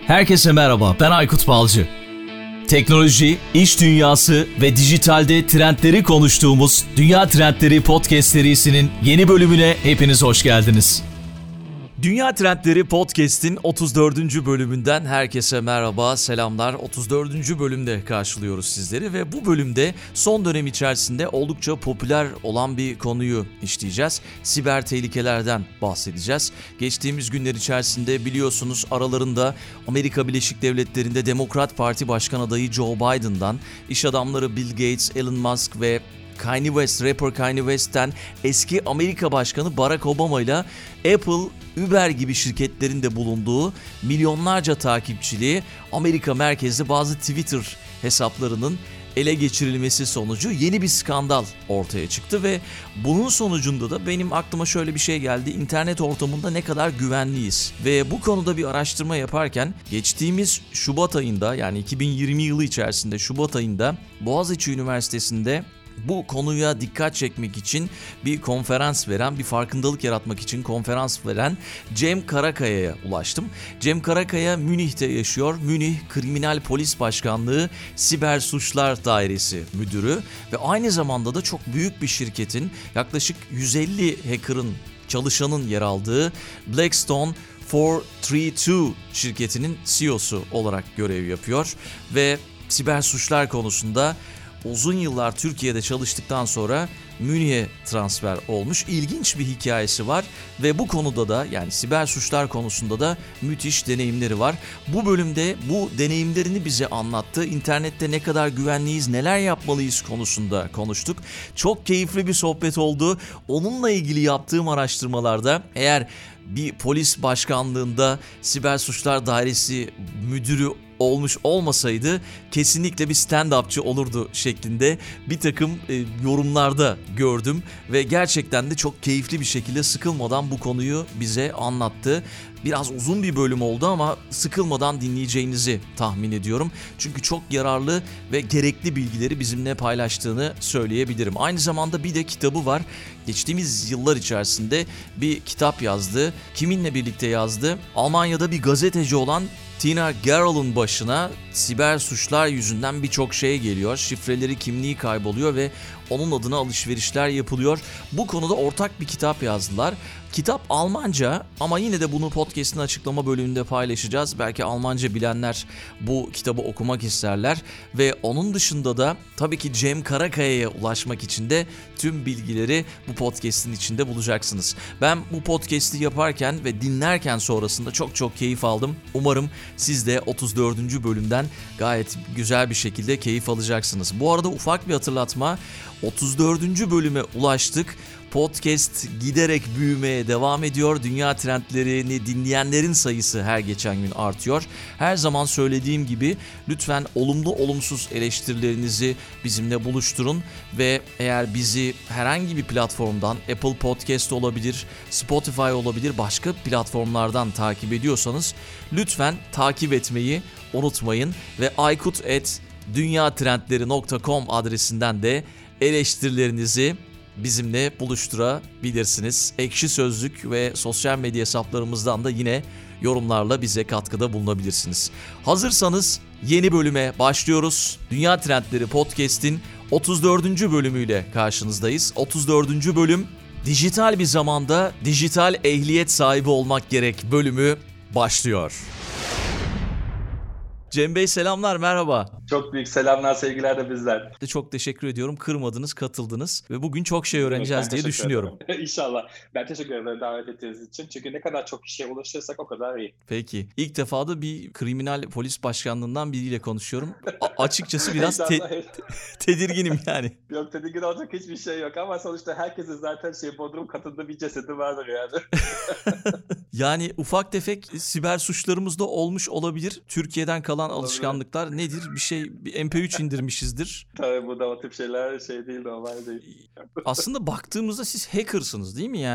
Herkese merhaba, ben Aykut Balcı. Teknoloji, iş dünyası ve dijitalde trendleri konuştuğumuz Dünya Trendleri Podcast serisinin yeni bölümüne hepiniz hoş geldiniz. Dünya Trendleri Podcast'in 34. bölümünden herkese merhaba, selamlar. 34. bölümde karşılıyoruz sizleri ve bu bölümde son dönem içerisinde oldukça popüler olan bir konuyu işleyeceğiz. Siber tehlikelerden bahsedeceğiz. Geçtiğimiz günler içerisinde biliyorsunuz aralarında Amerika Birleşik Devletleri'nde Demokrat Parti Başkan adayı Joe Biden'dan, iş adamları Bill Gates, Elon Musk ve Kanye West, rapper Kanye West'ten eski Amerika Başkanı Barack Obama ile Apple, Uber gibi şirketlerin de bulunduğu milyonlarca takipçili Amerika merkezli bazı Twitter hesaplarının ele geçirilmesi sonucu yeni bir skandal ortaya çıktı ve bunun sonucunda da benim aklıma şöyle bir şey geldi. İnternet ortamında ne kadar güvenliyiz? Ve bu konuda bir araştırma yaparken geçtiğimiz Şubat ayında, yani 2020 yılı içerisinde Şubat ayında Boğaziçi Üniversitesi'nde bu konuya dikkat çekmek için bir konferans veren, bir farkındalık yaratmak için konferans veren Cem Karakaya'ya ulaştım. Cem Karakaya Münih'te yaşıyor. Münih Kriminal Polis Başkanlığı Siber Suçlar Dairesi Müdürü ve aynı zamanda da çok büyük bir şirketin, yaklaşık 150 hacker'ın, çalışanın yer aldığı Blackstone 432 şirketinin CEO'su olarak görev yapıyor ve siber suçlar konusunda uzun yıllar Türkiye'de çalıştıktan sonra Münih'e transfer olmuş. İlginç bir hikayesi var ve bu konuda da, yani siber suçlar konusunda da müthiş deneyimleri var. Bu bölümde bu deneyimlerini bize anlattı. İnternette ne kadar güvenliyiz, neler yapmalıyız konusunda konuştuk. Çok keyifli bir sohbet oldu. Onunla ilgili yaptığım araştırmalarda eğer bir polis başkanlığında siber suçlar dairesi müdürü olmuş olmasaydı kesinlikle bir stand-upçı olurdu şeklinde bir takım yorumlarda gördüm ve gerçekten de çok keyifli bir şekilde sıkılmadan bu konuyu bize anlattı. Biraz uzun bir bölüm oldu ama sıkılmadan dinleyeceğinizi tahmin ediyorum. Çünkü çok yararlı ve gerekli bilgileri bizimle paylaştığını söyleyebilirim. Aynı zamanda bir de kitabı var. Geçtiğimiz yıllar içerisinde bir kitap yazdı. Kiminle birlikte yazdı? Almanya'da bir gazeteci olan Tina Gerol'un başına siber suçlar yüzünden birçok şey geliyor. Şifreleri, kimliği kayboluyor ve onun adına alışverişler yapılıyor. Bu konuda ortak bir kitap yazdılar. Kitap Almanca ama yine de bunu podcast'in açıklama bölümünde paylaşacağız. Belki Almanca bilenler bu kitabı okumak isterler. Ve onun dışında da tabii ki Cem Karakaya'ya ulaşmak için de tüm bilgileri bu podcast'in içinde bulacaksınız. Ben bu podcast'i yaparken ve dinlerken sonrasında çok keyif aldım. Umarım siz de 34. bölümden gayet güzel bir şekilde keyif alacaksınız. Bu arada ufak bir hatırlatma. 34. bölüme ulaştık. Podcast giderek büyümeye devam ediyor. Dünya trendlerini dinleyenlerin sayısı her geçen gün artıyor. Her zaman söylediğim gibi lütfen olumlu olumsuz eleştirilerinizi bizimle buluşturun ve eğer bizi herhangi bir platformdan, Apple Podcast olabilir, Spotify olabilir, başka platformlardan takip ediyorsanız lütfen takip etmeyi unutmayın ve aykut@dünyatrendleri.com adresinden de eleştirilerinizi bizimle buluşturabilirsiniz. Ekşi Sözlük ve sosyal medya hesaplarımızdan da yine yorumlarla bize katkıda bulunabilirsiniz. Hazırsanız yeni bölüme başlıyoruz. Dünya Trendleri Podcast'in 34. bölümüyle karşınızdayız. 34. bölüm, dijital bir zamanda dijital ehliyet sahibi olmak gerek bölümü başlıyor. Cem Bey selamlar, merhaba. Çok büyük selamlar, sevgiler de bizden. Çok teşekkür ediyorum. Kırmadınız, katıldınız ve bugün çok şey öğreneceğiz diye düşünüyorum. İnşallah. Ben teşekkür ederim davet ettiğiniz için. Çünkü ne kadar çok kişiye ulaşırsak o kadar iyi. Peki. İlk defa da bir kriminal polis başkanlığından biriyle konuşuyorum. Açıkçası biraz tedirginim yani. Yok, tedirgin olacak hiçbir şey yok ama sonuçta herkesin zaten Bodrum katında bir cesedi vardır yani. Yani ufak tefek siber suçlarımız da olmuş olabilir. Türkiye'den kalan alışkanlıklar nedir? Bir MP3 indirmişizdir. Tabii bu da o tip şeyler değil, normal değil. Aslında baktığımızda siz hackersınız değil mi yani?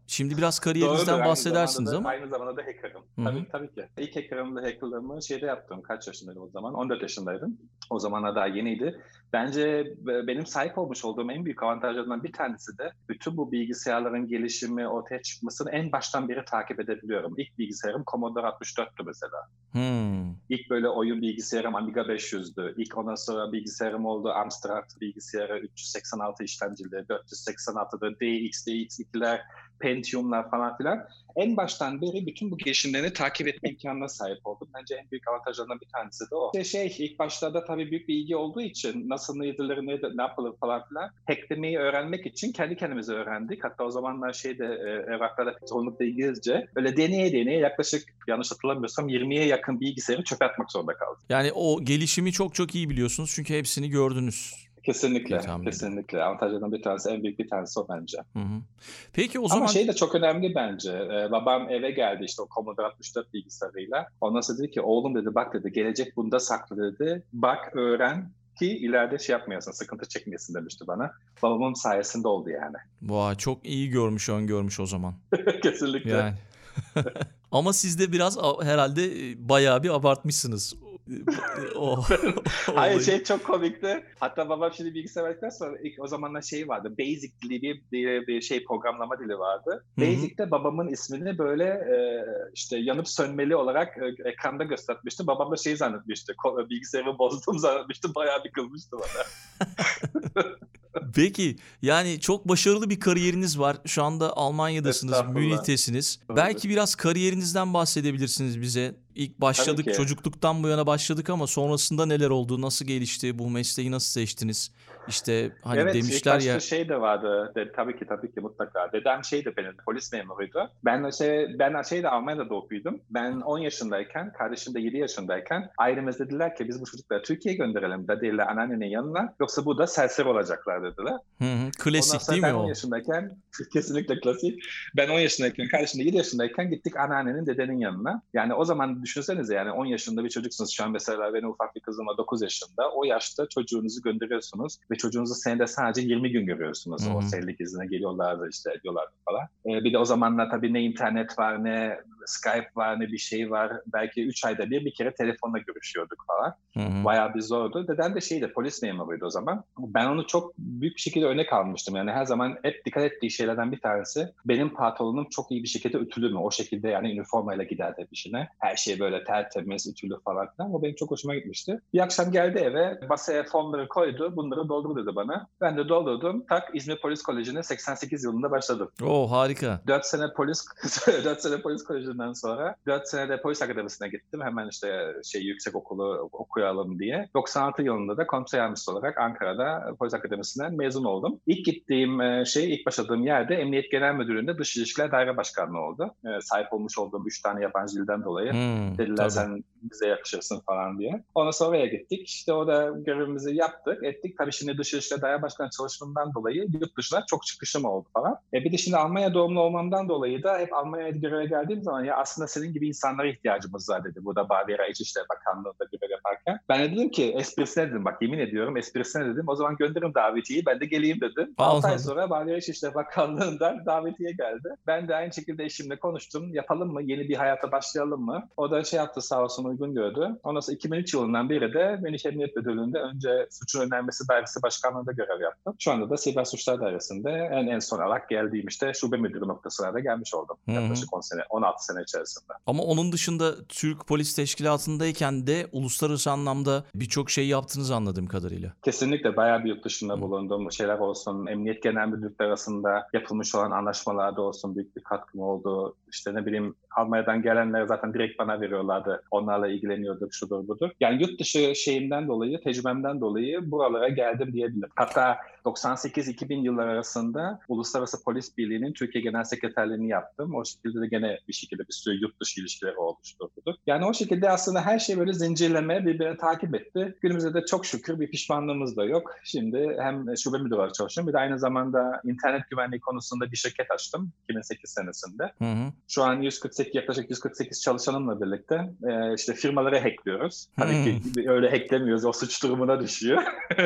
Şimdi biraz Doğrudur. kariyerinizden bahsedersiniz ama. Aynı zamanda da hacker'ım. Hı hı. Tabii ki. İlk hacker'ımı şeyde yaptım. Kaç yaşındaydım o zaman? 14 yaşındaydım. O zamanlar daha yeniydi. Bence benim sahip olmuş olduğum en büyük avantajlarından bir tanesi de bütün bu bilgisayarların gelişimi, ortaya çıkmasını en baştan beri takip edebiliyorum. İlk bilgisayarım Commodore 64'tü mesela. İlk böyle oyun bilgisayarım Amiga 500'dü. İlk ondan sonra bilgisayarım oldu Amstrad bilgisayarı 386 işlemcili, 486'da DX, DX2'ler, Pentium'lar falan filan. En baştan beri bütün bu gelişimlerini takip etme imkanına sahip oldum. Bence en büyük avantajlarından bir tanesi de o. İlk başlarda tabii büyük bir ilgi olduğu için nasıl nedir, ne yapılır falan filan hacklemeyi öğrenmek için kendi kendimize öğrendik. Hatta o zamanlar evraklarda çoğunlukla İngilizce. Böyle deneye yaklaşık yanlış hatırlamıyorsam 20'ye yakın bilgisayarı çöpe atmak zorunda kaldım. Yani o gelişimi çok iyi biliyorsunuz çünkü hepsini gördünüz. Kesinlikle. Avantajlarından bir tanesi, en büyük bir tanesi o bence. Hı. Peki o zaman... Ama de çok önemli bence. Babam eve geldi işte o Commodore 64 bilgisayarıyla. Ondan sonra dedi ki oğlum dedi bak dedi gelecek bunda saklı dedi. Bak öğren ki ileride yapmayasın, sıkıntı çekmeyesin demişti bana. Babamın sayesinde oldu yani. Vay, çok iyi öngörmüş o zaman. Kesinlikle. Yani. Ama siz de biraz herhalde bayağı bir abartmışsınız. Hayır çok komikti. Hatta babam şimdi bilgisayar verdikten sonra ilk o zamanlar vardı. Basic dili diye bir programlama dili vardı. Basic'te babamın ismini böyle işte yanıp sönmeli olarak ekranda göstermişti. Babam da zannetmişti. Bilgisayarı bozdum zannetmişti. Bayağı bir kızmıştı bana. Peki yani çok başarılı bir kariyeriniz var. Şu anda Almanya'dasınız, Münih'tesiniz. Belki biraz kariyerinizden bahsedebilirsiniz bize. İlk başladık, çocukluktan bu yana başladık ama sonrasında neler oldu, nasıl gelişti, bu mesleği nasıl seçtiniz? İşte hani evet, demişler ya. Evet, de vardı. Tabii ki mutlaka. Dedem benim polis memuruydu. Ben de Almanya'da okuyordum. Ben 10 yaşındayken, kardeşim de 7 yaşındayken ailemiz dediler ki biz bu çocukları Türkiye'ye gönderelim dediler anneannenin yanına. Yoksa burada serseri olacaklar dediler. Klasik değil mi o? Ben 10 yaşındayken, kesinlikle klasik. Ben 10 yaşındayken, kardeşim de 7 yaşındayken gittik anneannenin, dedenin yanına. Yani o zaman düşünsenize yani 10 yaşında bir çocuksunuz. Şu an mesela benim ufak bir kızım var 9 yaşında. O yaşta çocuğunuzu gönderiyorsunuz ve çocuğunuzu senede sadece 20 gün görüyorsunuz. O senelik izine geliyorlardı işte ediyorlardı falan. Bir de o zamanlar tabii ne internet var, ne Skype var, ne bir şey var. Belki 3 ayda bir kere telefonla görüşüyorduk falan. Bayağı bir zordu. Dedem de polis memuruydu o zaman. Ben onu çok büyük bir şekilde örnek almıştım. Yani her zaman hep dikkat ettiği şeylerden bir tanesi benim patronum çok iyi bir şekilde ütülü mü? O şekilde yani üniformayla giderdi işine. Her şey böyle tertemiz, ütülü falan filan. O benim çok hoşuma gitmişti. Bir akşam geldi eve, masaya formları koydu. Bunları doldur dedi bana. Ben de doldurdum. İzmir Polis Koleji'ne 88 yılında başladım. Harika. 4 sene polis kolejinden sonra 4 sene de polis akademisine gittim. Hemen işte yüksek okulu okuyalım diye. 96 yılında da kontrol yardımcısı olarak Ankara'da polis akademisinden mezun oldum. İlk gittiğim ilk başladığım yerde Emniyet Genel Müdürlüğü'nde Dış İlişkiler Daire Başkanlığı oldu. Sahip olmuş olduğum 3 tane yabancı dilden dolayı. Dediler tabii. Sen bize yakışırsın falan diye. Ondan sonra oraya gittik. İşte orada görevimizi yaptık, ettik. Tabii şimdi Dış İlişkiler Daire Başkanlığı çalışmamdan dolayı yurt dışına çok çıkışım oldu falan. Bir de şimdi Almanya doğumlu olmamdan dolayı da hep Almanya'ya göreve geldiğim zaman ya aslında senin gibi insanlara ihtiyacımız var dedi. Burada Bavyera İçişleri Bakanlığı'nda görev yaparken. Ben de dedim ki esprisine dedim, bak yemin ediyorum esprisine dedim. O zaman gönderirim davetiyeyi, ben de geleyim dedim. 6 ay sonra Bavyera İçişleri Bakanlığı'ndan davetiye geldi. Ben de aynı şekilde eşimle konuştum. Yapalım mı? Yeni bir hayata başlayalım mı? O da yaptı, sağ olsun uygun gördü. Ondan sonra 2003 yılından beri de Münih Emniyet Müdürlüğü'nde önce Suçun Önlenmesi Dairesi Başkanlığı'nda görev yaptım. Şu anda da Siber Suçlar Dairesi'nde en son olarak geldiğim işte şube müdürü noktasına da gelmiş oldum. Yaklaşık 16 sene içerisinde. Ama onun dışında Türk Polis Teşkilatı'ndayken de uluslararası anlamda birçok şey yaptığınızı anladığım kadarıyla. Kesinlikle bayağı bir yurt dışında bulunduğum şeyler olsun. Emniyet Genel Müdürlükleri arasında yapılmış olan anlaşmalarda olsun büyük bir katkım oldu. İşte ne bileyim Almanya'dan gelenler zaten direkt bana veriyorlardı. Onlarla ilgileniyorduk, şudur budur. Yani yurt dışı dolayı, tecrübemden dolayı buralara geldim diyebilirim. Hatta 98-2000 yıllar arasında Uluslararası Polis Birliği'nin Türkiye Genel Sekreterliğini yaptım. O şekilde de gene bir sürü yurt dışı ilişkileri oluşturduk. Yani o şekilde aslında her şey böyle zincirleme birbirini takip etti. Günümüzde de çok şükür bir pişmanlığımız da yok. Şimdi hem şube müdürü olarak çalışıyorum, bir de aynı zamanda internet güvenliği konusunda bir şirket açtım 2008 senesinde. Şu an yaklaşık 148 çalışanımla birlikte işte firmaları hackliyoruz. Tabii ki öyle hacklemiyoruz. O suç durumuna düşüyor.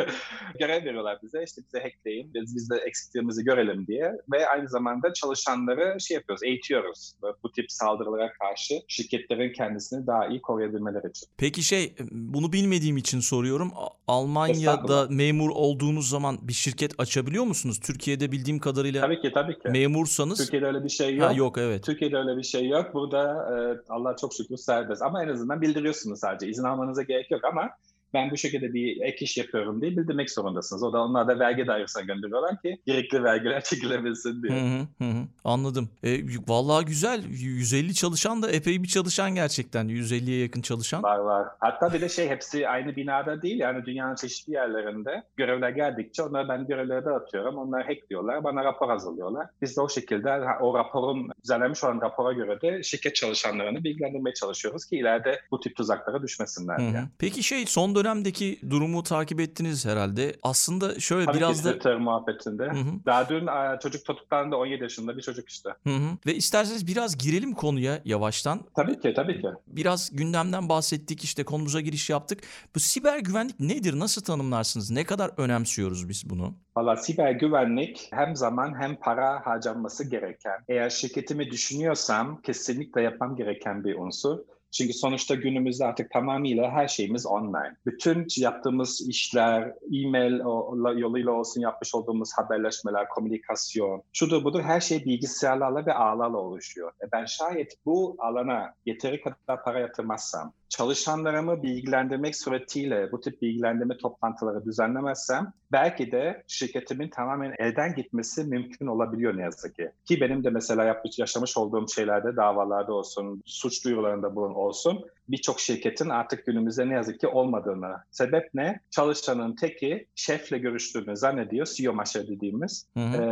Görev veriyorlar bize. İşte bize hackleyin. Biz de eksiklerimizi görelim diye. Ve aynı zamanda çalışanları yapıyoruz, eğitiyoruz. Bu tip saldırılara karşı şirketlerin kendisini daha iyi koruyabilmeleri için. Peki bunu bilmediğim için soruyorum. Almanya'da memur olduğunuz zaman bir şirket açabiliyor musunuz? Türkiye'de bildiğim kadarıyla tabii ki. memursanız. Türkiye'de öyle bir şey yok. Yok, evet. Türkiye'de öyle bir şey yok. Burada Allah'a çok şükür serbest. Ama en azından bildiriyorsunuz sadece. İzin almanıza gerek yok ama ben bu şekilde bir ek iş yapıyorum diye bildirmek zorundasınız. Onlar da vergi dairesine gönderiyorlar ki gerekli vergiler çekilebilsin diye. Anladım. Vallahi güzel. 150 çalışan da epey bir çalışan gerçekten. 150'ye yakın çalışan. Var. Hatta bir de hepsi aynı binada değil. Yani dünyanın çeşitli yerlerinde görevler geldikçe ben görevleri dağıtıyorum. Onlar hackliyorlar. Bana rapor hazırlıyorlar. Biz de o şekilde o düzenlenmiş olan rapora göre de şirket çalışanlarını bilgilendirmeye çalışıyoruz ki ileride bu tip tuzaklara düşmesinler diye. Peki son dönemdeki durumu takip ettiniz herhalde. Aslında şöyle tabii biraz ki da Twitter muhabbetinde. Daha dün çocuk tutuklandı, 17 yaşında bir çocuk işte. Ve isterseniz biraz girelim konuya yavaştan. Tabii ki. Biraz gündemden bahsettik, işte konumuza giriş yaptık. Bu siber güvenlik nedir? Nasıl tanımlarsınız? Ne kadar önemsiyoruz biz bunu? Valla siber güvenlik hem zaman hem para harcanması gereken. Eğer şirketimi düşünüyorsam kesinlikle yapmam gereken bir unsur. Çünkü sonuçta günümüzde artık tamamıyla her şeyimiz online. Bütün yaptığımız işler, e-mail yoluyla olsun yapmış olduğumuz haberleşmeler, komünikasyon, şudur budur her şey bilgisayarlarla ve ağlarla oluşuyor. Ben şayet bu alana yeteri kadar para yatırmazsam, çalışanlarımı bilgilendirmek suretiyle bu tip bilgilendirme toplantıları düzenlemezsem belki de şirketimin tamamen elden gitmesi mümkün olabiliyor ne yazık ki. Ki benim de mesela yaşamış olduğum şeylerde, davalarda olsun, suç duyurularında olsun birçok şirketin artık günümüzde ne yazık ki olmadığını. Sebep ne? Çalışanın teki şefle görüştüğünü zannediyor, CEO maaşı dediğimiz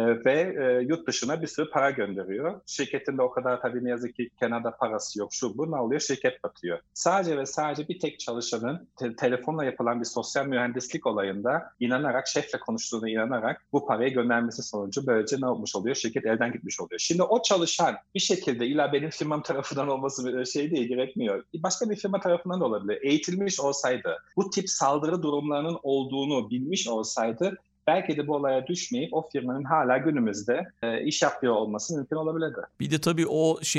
ve yurt dışına bir sürü para gönderiyor. Şirketin de o kadar tabii ne yazık ki kenarda parası yok. Bu ne oluyor? Şirket batıyor. Sadece ve sadece bir tek çalışanın telefonla yapılan bir sosyal mühendislik olayında inanarak, şefle konuştuğunu inanarak bu parayı göndermesi sonucu böylece ne olmuş oluyor? Şirket elden gitmiş oluyor. Şimdi o çalışan bir şekilde illa benim firmam tarafından olması değil, gerekmiyor. Başka bir firma tarafından da olabilir. Eğitilmiş olsaydı, bu tip saldırı durumlarının olduğunu bilmiş olsaydı belki de bu olaya düşmeyip o firmanın hala günümüzde iş yapıyor olması mümkün olabilirdi. Bir de tabii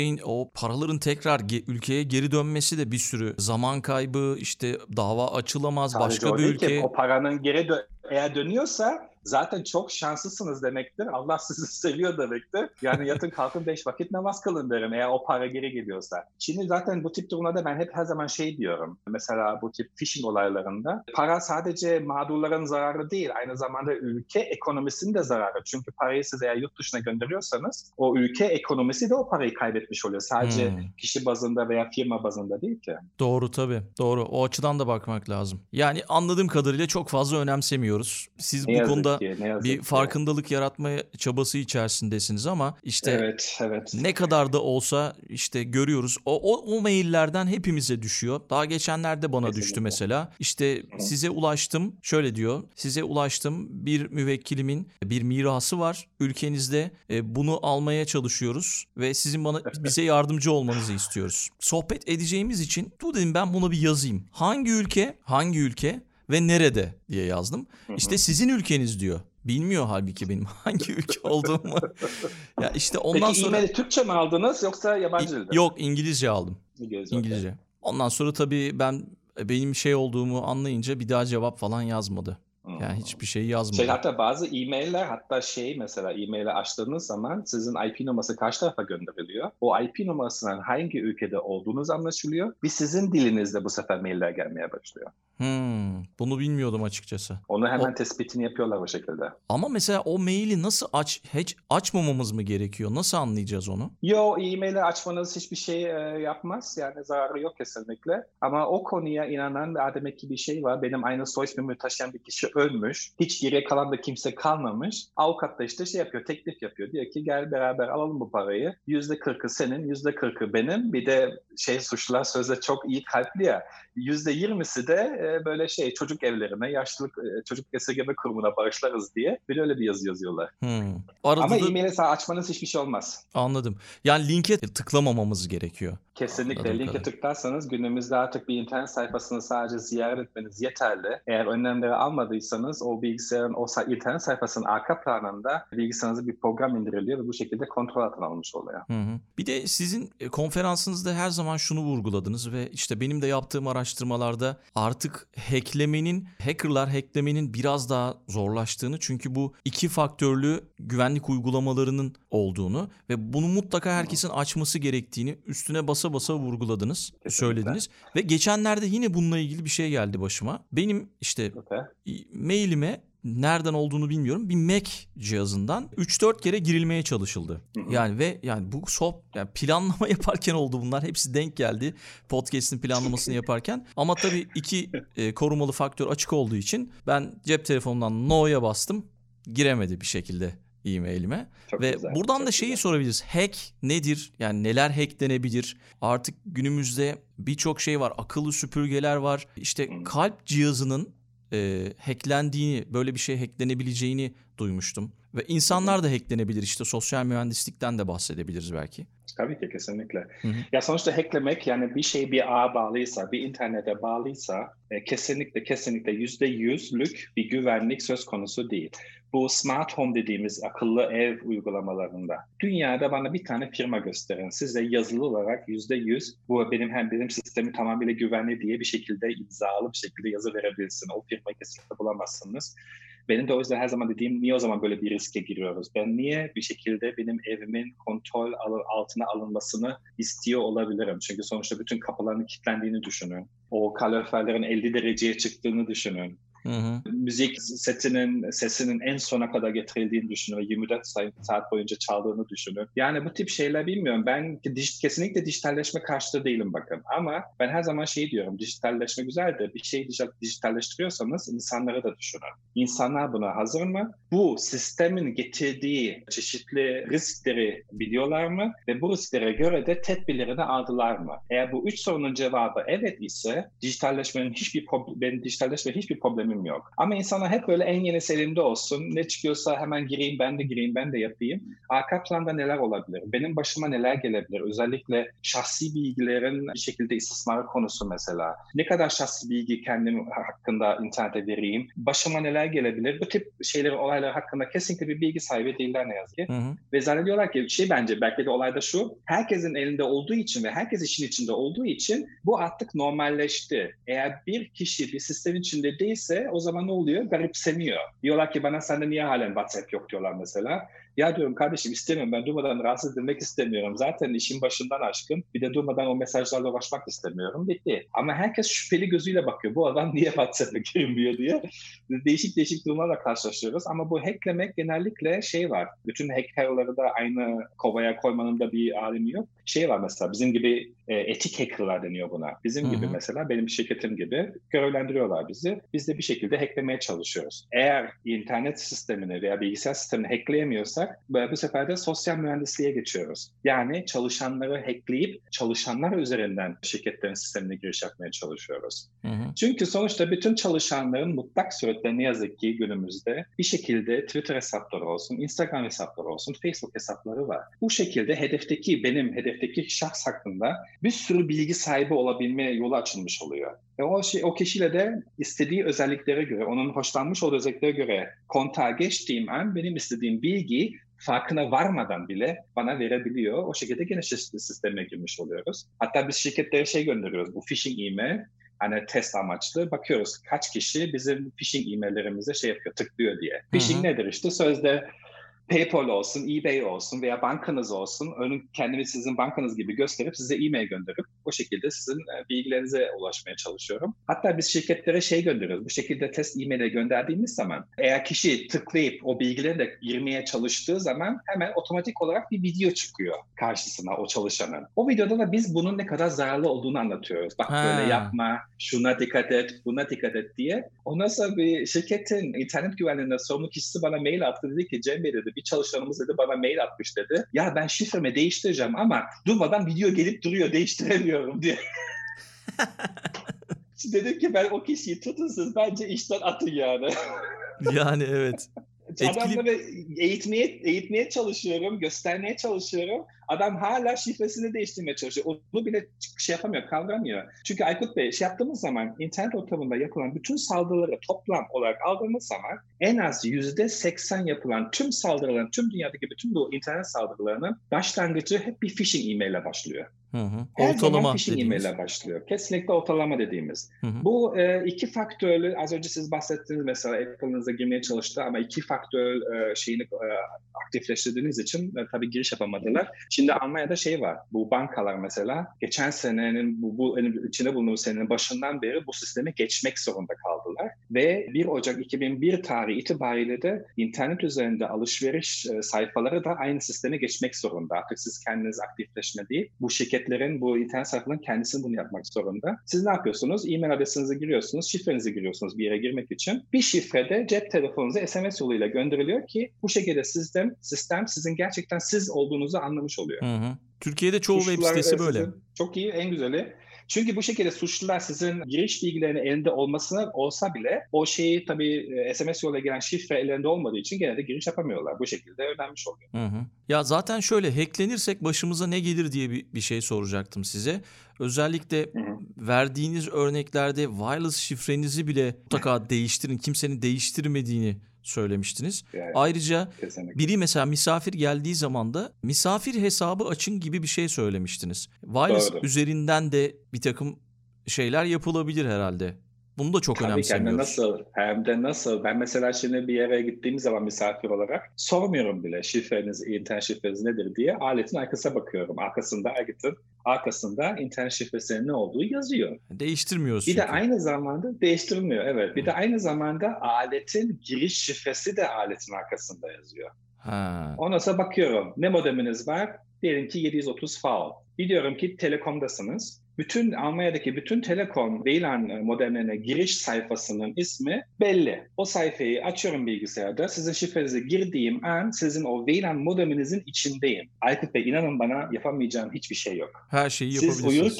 o paraların tekrar ülkeye geri dönmesi de bir sürü zaman kaybı, işte dava açılamaz, sadece başka bir ülke. O paranın eğer dönüyorsa zaten çok şanslısınız demektir. Allah sizi seviyor demektir. Yani yatın kalkın 5 vakit namaz kılın derim eğer o para geri geliyorsa. Şimdi zaten bu tip durumlarda ben her zaman diyorum. Mesela bu tip phishing olaylarında para sadece mağdurların zararı değil. Aynı zamanda ülke ekonomisinin de zararı. Çünkü parayı siz eğer yurt dışına gönderiyorsanız o ülke ekonomisi de o parayı kaybetmiş oluyor. Sadece kişi bazında veya firma bazında değil ki. Doğru tabii. Doğru. O açıdan da bakmak lazım. Yani anladığım kadarıyla çok fazla önemsemiyoruz. Siz bu konuda bir farkındalık yaratma çabası içerisindesiniz ama işte evet. Ne kadar da olsa işte görüyoruz. O maillerden hepimize düşüyor. Daha geçenlerde bana düştü mesela. İşte size ulaştım. Şöyle diyor. Size ulaştım. Bir müvekkilimin bir mirası var ülkenizde. Bunu almaya çalışıyoruz ve sizin bize yardımcı olmanızı istiyoruz. Sohbet edeceğimiz için dedim ben buna bir yazayım. Hangi ülke ve nerede diye yazdım. İşte sizin ülkeniz diyor. Bilmiyor halbuki benim hangi ülke olduğumu. Ya işte ondan Peki sonra... e-maili Türkçe mi aldınız yoksa yabancı dilde? Yok, İngilizce aldım. İngilizce. Okay. Ondan sonra tabii benim olduğumu anlayınca bir daha cevap falan yazmadı. Yani hiçbir şey yazmadı. Hatta bazı e-mailler mesela e-maili açtığınız zaman sizin IP numarası karşı tarafa gönderiliyor. O IP numarasının hangi ülkede olduğunuz anlaşılıyor. Bir sizin dilinizde bu sefer mailler gelmeye başlıyor. Bunu bilmiyordum açıkçası. Onu hemen tespitini yapıyorlar o şekilde. Ama mesela o maili nasıl hiç açmamamız mı gerekiyor? Nasıl anlayacağız onu? Yo, e-maili açmanız hiçbir şey yapmaz. Yani zararı yok kesinlikle. Ama o konuya inanan demek ki bir şey var. Benim aynı soy ismimi taşıyan bir kişi ölmüş. Hiç geriye kalan da kimse kalmamış. Avukat da işte yapıyor, teklif yapıyor. Diyor ki gel beraber alalım bu parayı. %40'ı senin, %40'ı benim. Bir de suçlular sözde çok iyi kalpli ya. %20'si de böyle çocuk evlerine, yaşlılık çocuk esirgeme kurumuna bağışlarız diye bir öyle bir yazı yazıyorlar. Arada Ama da e-mail'e açmanız hiçbir şey olmaz. anladım. Yani linke tıklamamamız gerekiyor. Kesinlikle. Anladığım Linke kadarıyla. tıklarsanız günümüzde artık bir internet sayfasını sadece ziyaret etmeniz yeterli. Eğer önlemleri almadıysanız o bilgisayarın o internet sayfasının arka planında bilgisayarınıza bir program indiriliyor ve bu şekilde kontrol altına alınmış oluyor. Bir de sizin konferansınızda her zaman şunu vurguladınız ve işte benim de yaptığım araştırmalarda artık hackerlar hacklemenin biraz daha zorlaştığını, çünkü bu iki faktörlü güvenlik uygulamalarının olduğunu ve bunu mutlaka herkesin açması gerektiğini üstüne basa basa vurguladınız, Kesinlikle. söylediniz. Ve geçenlerde yine bununla ilgili bir şey geldi başıma. Benim işte mailime nereden olduğunu bilmiyorum, bir Mac cihazından 3-4 kere girilmeye çalışıldı. Yani bu planlama yaparken oldu bunlar. Hepsi denk geldi podcast'in planlamasını yaparken. Ama tabii iki korumalı faktör açık olduğu için ben cep telefonundan no'ya bastım. Giremedi bir şekilde e-mailime. Ve güzel, buradan da şeyi sorabiliriz. Hack nedir? Yani neler hacklenebilir? Artık günümüzde birçok şey var. Akıllı süpürgeler var. İşte kalp cihazının hacklendiğini, böyle bir şey hacklenebileceğini duymuştum. Ve insanlar da hacklenebilir. İşte sosyal mühendislikten de bahsedebiliriz belki. Tabii ki, kesinlikle. Ya sonuçta hacklemek, yani bir şey bir ağa bağlıysa, bir internete bağlıysa kesinlikle %100'lük bir güvenlik söz konusu değil. Bu smart home dediğimiz akıllı ev uygulamalarında dünyada bana bir tane firma gösterin. Size yazılı olarak %100 bu benim sistemi tamamıyla güvenli diye bir şekilde imzalı bir şekilde yazı verebilsin. O firmayı kesinlikle bulamazsınız. Benim de o yüzden her zaman dediğim, niye o zaman böyle bir riske giriyoruz? Ben niye bir şekilde benim evimin kontrol altına alınmasını istiyor olabilirim? Çünkü sonuçta bütün kapıların kilitlendiğini düşünün. O kaloriferlerin 50 dereceye çıktığını düşünün. Müzik setinin sesinin en sona kadar getirildiğini düşünün ve 24 saat boyunca çaldığını düşünün. Yani bu tip şeyler bilmiyorum. Ben kesinlikle dijitalleşme karşıtı değilim bakın. Ama ben her zaman diyorum. Dijitalleşme güzeldir. Bir şeyi dijitalleştiriyorsanız insanları da düşünün. İnsanlar buna hazır mı? Bu sistemin getirdiği çeşitli riskleri biliyorlar mı? Ve bu risklere göre de tedbirlerini aldılar mı? Eğer bu 3 sorunun cevabı evet ise dijitalleşmenin hiçbir problemim yok. Ama insanlar hep böyle en yenisi elimde olsun. Ne çıkıyorsa hemen gireyim, ben de yapayım. Arka planda neler olabilir? Benim başıma neler gelebilir? Özellikle şahsi bilgilerin bir şekilde istismarı konusu mesela. Ne kadar şahsi bilgi kendim hakkında internete vereyim? Başıma neler gelebilir? Bu tip olaylar hakkında kesinlikle bir bilgi sahibi değiller ne yazık ki. Ve zannediyorlar ki bence belki de olay da şu. Herkesin elinde olduğu için ve herkes işin içinde olduğu için bu artık normalleşti. Eğer bir kişi bir sistem içinde değilse o zaman ne oluyor? Garipseniyor. Diyorlar ki bana, sende niye halen WhatsApp yok diyorlar mesela. Ya diyorum kardeşim, istemiyorum, ben durmadan rahatsız edilmek istemiyorum. Zaten işin başından aşkın. Bir de durmadan o mesajlarla uğraşmak istemiyorum. Bitti. Ama herkes şüpheli gözüyle bakıyor. Bu adam niye WhatsApp'a girmiyor diye. Değişik durumlarla karşılaşıyoruz. Ama bu hacklemek genellikle var. Bütün hackerları da aynı kovaya koymanın da bir alemi yok. Var mesela bizim gibi etik hackerlar deniyor buna. Bizim gibi mesela, benim şirketim gibi görevlendiriyorlar bizi. Biz de bir şekilde hacklemeye çalışıyoruz. Eğer internet sistemini veya bilgisayar sistemini hackleyemiyorsak bu sefer de sosyal mühendisliğe geçiyoruz. Yani çalışanları hackleyip çalışanlar üzerinden şirketlerin sistemine giriş yapmaya çalışıyoruz. Çünkü sonuçta bütün çalışanların mutlak suretle ne yazık ki günümüzde bir şekilde Twitter hesapları olsun, Instagram hesapları olsun, Facebook hesapları var. Bu şekilde benim hedefteki şahs hakkında bir sürü bilgi sahibi olabilme yolu açılmış oluyor. Ve o kişiyle de istediği özelliklere göre, onun hoşlanmış olduğu özelliklere göre kontağa geçtiğim an benim istediğim bilgiyi farkına varmadan bile bana verebiliyor. O şekilde gene sisteme girmiş oluyoruz. Hatta biz şirketlere gönderiyoruz. Bu phishing e-mail, hani test amaçlı. Bakıyoruz kaç kişi bizim phishing e-maillerimize tıklıyor diye. Phishing nedir işte? Sözde PayPal olsun, eBay olsun veya bankanız olsun, kendimi sizin bankanız gibi gösterip size e-mail gönderip o şekilde sizin bilgilerinize ulaşmaya çalışıyorum. Hatta biz şirketlere gönderiyoruz. Bu şekilde test e-mail'e gönderdiğimiz zaman eğer kişi tıklayıp o bilgileri de girmeye çalıştığı zaman hemen otomatik olarak bir video çıkıyor karşısına o çalışanın. O videoda da biz bunun ne kadar zararlı olduğunu anlatıyoruz. Bak böyle yapma, şuna dikkat et, buna dikkat et diye. Ondan sonra bir şirketin internet güvenliğinden sorumlu kişisi bana mail attı, dedi ki Cem Bey dedi, bir çalışanımız dedi bana mail atmış dedi. Ya ben şifremi değiştireceğim ama durmadan video gelip duruyor, değiştiremiyorum diye. Dedim ki ben o kişiyi tutun siz bence işten atın yani. Yani evet. Adamları eğitmeye çalışıyorum, göstermeye çalışıyorum. Adam hala şifresini değiştirmeye çalışıyor. Onu bile şey yapamıyor, kavramıyor. Çünkü Aykut Bey, şey yaptığımız zaman internet ortamında yapılan bütün saldırıları toplam olarak aldığımız zaman en az %80 yapılan tüm saldırıların, tüm dünyadaki bütün bu internet saldırılarının başlangıcı hep bir phishing e-mail başlıyor. Her zaman phishing e-mail başlıyor. Kesinlikle ortalama dediğimiz. Bu iki faktörlü, az önce siz bahsettiğiniz mesela Apple'ınıza girmeye çalıştı ama iki faktör şeyini aktifleştirdiğiniz için tabii giriş yapamadılar. Şimdi Almanya'da şey var, bu bankalar mesela geçen senenin, bu içinde bulunduğumuz senenin başından beri bu sisteme geçmek zorunda kaldılar. Ve 1 Ocak 2001 tarihi itibariyle de internet üzerinde alışveriş sayfaları da aynı sisteme geçmek zorunda. Artık siz kendiniz aktifleşme değil, bu şirketlerin, bu internet sayfalarının kendisini bunu yapmak zorunda. Siz ne yapıyorsunuz? E-mail adresinizi giriyorsunuz, şifrenizi giriyorsunuz bir yere girmek için. Bir şifre de cep telefonunuza SMS yoluyla gönderiliyor ki bu şekilde sistem sizin gerçekten siz olduğunuzu anlamış oluyor. Türkiye'de çoğu web sitesi böyle. Çok iyi, en güzeli. Çünkü bu şekilde suçlular sizin giriş bilgilerini elinde olsa bile o şeyi tabii SMS yoluyla gelen şifre ellerinde olmadığı için gene de giriş yapamıyorlar. Bu şekilde ödenmiş oluyor. Ya zaten şöyle hacklenirsek başımıza ne gelir diye bir şey soracaktım size. Özellikle verdiğiniz örneklerde wireless şifrenizi bile mutlaka değiştirin. Kimsenin değiştirmediğini söylemiştiniz. Yani, ayrıca kesinlikle. Biri mesela misafir geldiği zaman da misafir hesabı açın gibi bir şey söylemiştiniz. Wireless üzerinden de bir takım şeyler yapılabilir herhalde. Bunu da çok önemsemiyoruz. Hem de nasıl? Ben mesela şimdi bir yere gittiğim zaman misafir olarak sormuyorum bile şifreniz, internet şifreniz nedir diye. Aletin arkasına bakıyorum. Arkasında internet şifresinin ne olduğu yazıyor. Değiştirmiyoruz çünkü. Bir de aynı zamanda değiştirilmiyor. Evet. Bir de aynı zamanda aletin giriş şifresi de aletin arkasında yazıyor. Ondan sonra bakıyorum. Ne modeminiz var? Diyelim ki 730 FAO. Biliyorum ki Telekom'dasınız. Almanya'daki bütün Telekom VLAN modemlerine giriş sayfasının ismi belli. O sayfayı açıyorum bilgisayarda. Sizin şifrenizi girdiğim an sizin o VLAN modeminizin içindeyim. Aykut Bey, inanın bana, yapamayacağım hiçbir şey yok. Her şeyi yapabilirsiniz.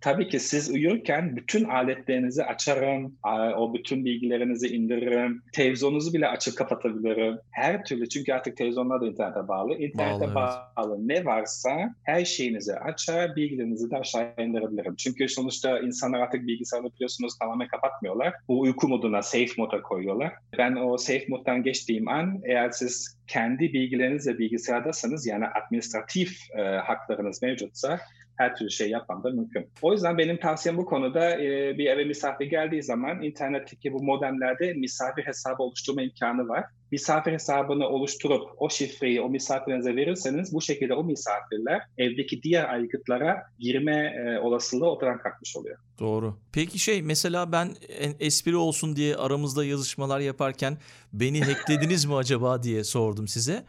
Siz uyurken bütün aletlerinizi açarım. O bütün bilgilerinizi indiririm. Televizyonunuzu bile açıp kapatabilirim. Her türlü, çünkü artık televizyonlar da internete bağlı. İnternete bağlı ne varsa her şeyinizi açar, bilgilerinizi de aşağı indirebilirim. Çünkü sonuçta insanlar artık bilgisayarını biliyorsunuz tamamen kapatmıyorlar. Bu uyku moduna, safe moda koyuyorlar. Ben o safe moddan geçtiğim an, eğer siz kendi bilgilerinizle bilgisayardasınız, yani administratif haklarınız mevcutsa her türlü şey yapmam da mümkün. O yüzden benim tavsiyem bu konuda bir eve misafir geldiği zaman internetteki bu modemlerde misafir hesabı oluşturma imkanı var. Misafir hesabını oluşturup o şifreyi o misafirinize verirseniz bu şekilde o misafirler evdeki diğer aygıtlara girme olasılığı ortadan kalkmış oluyor. Doğru. Peki mesela ben espri olsun diye aramızda yazışmalar yaparken beni hacklediniz mi acaba diye sordum size.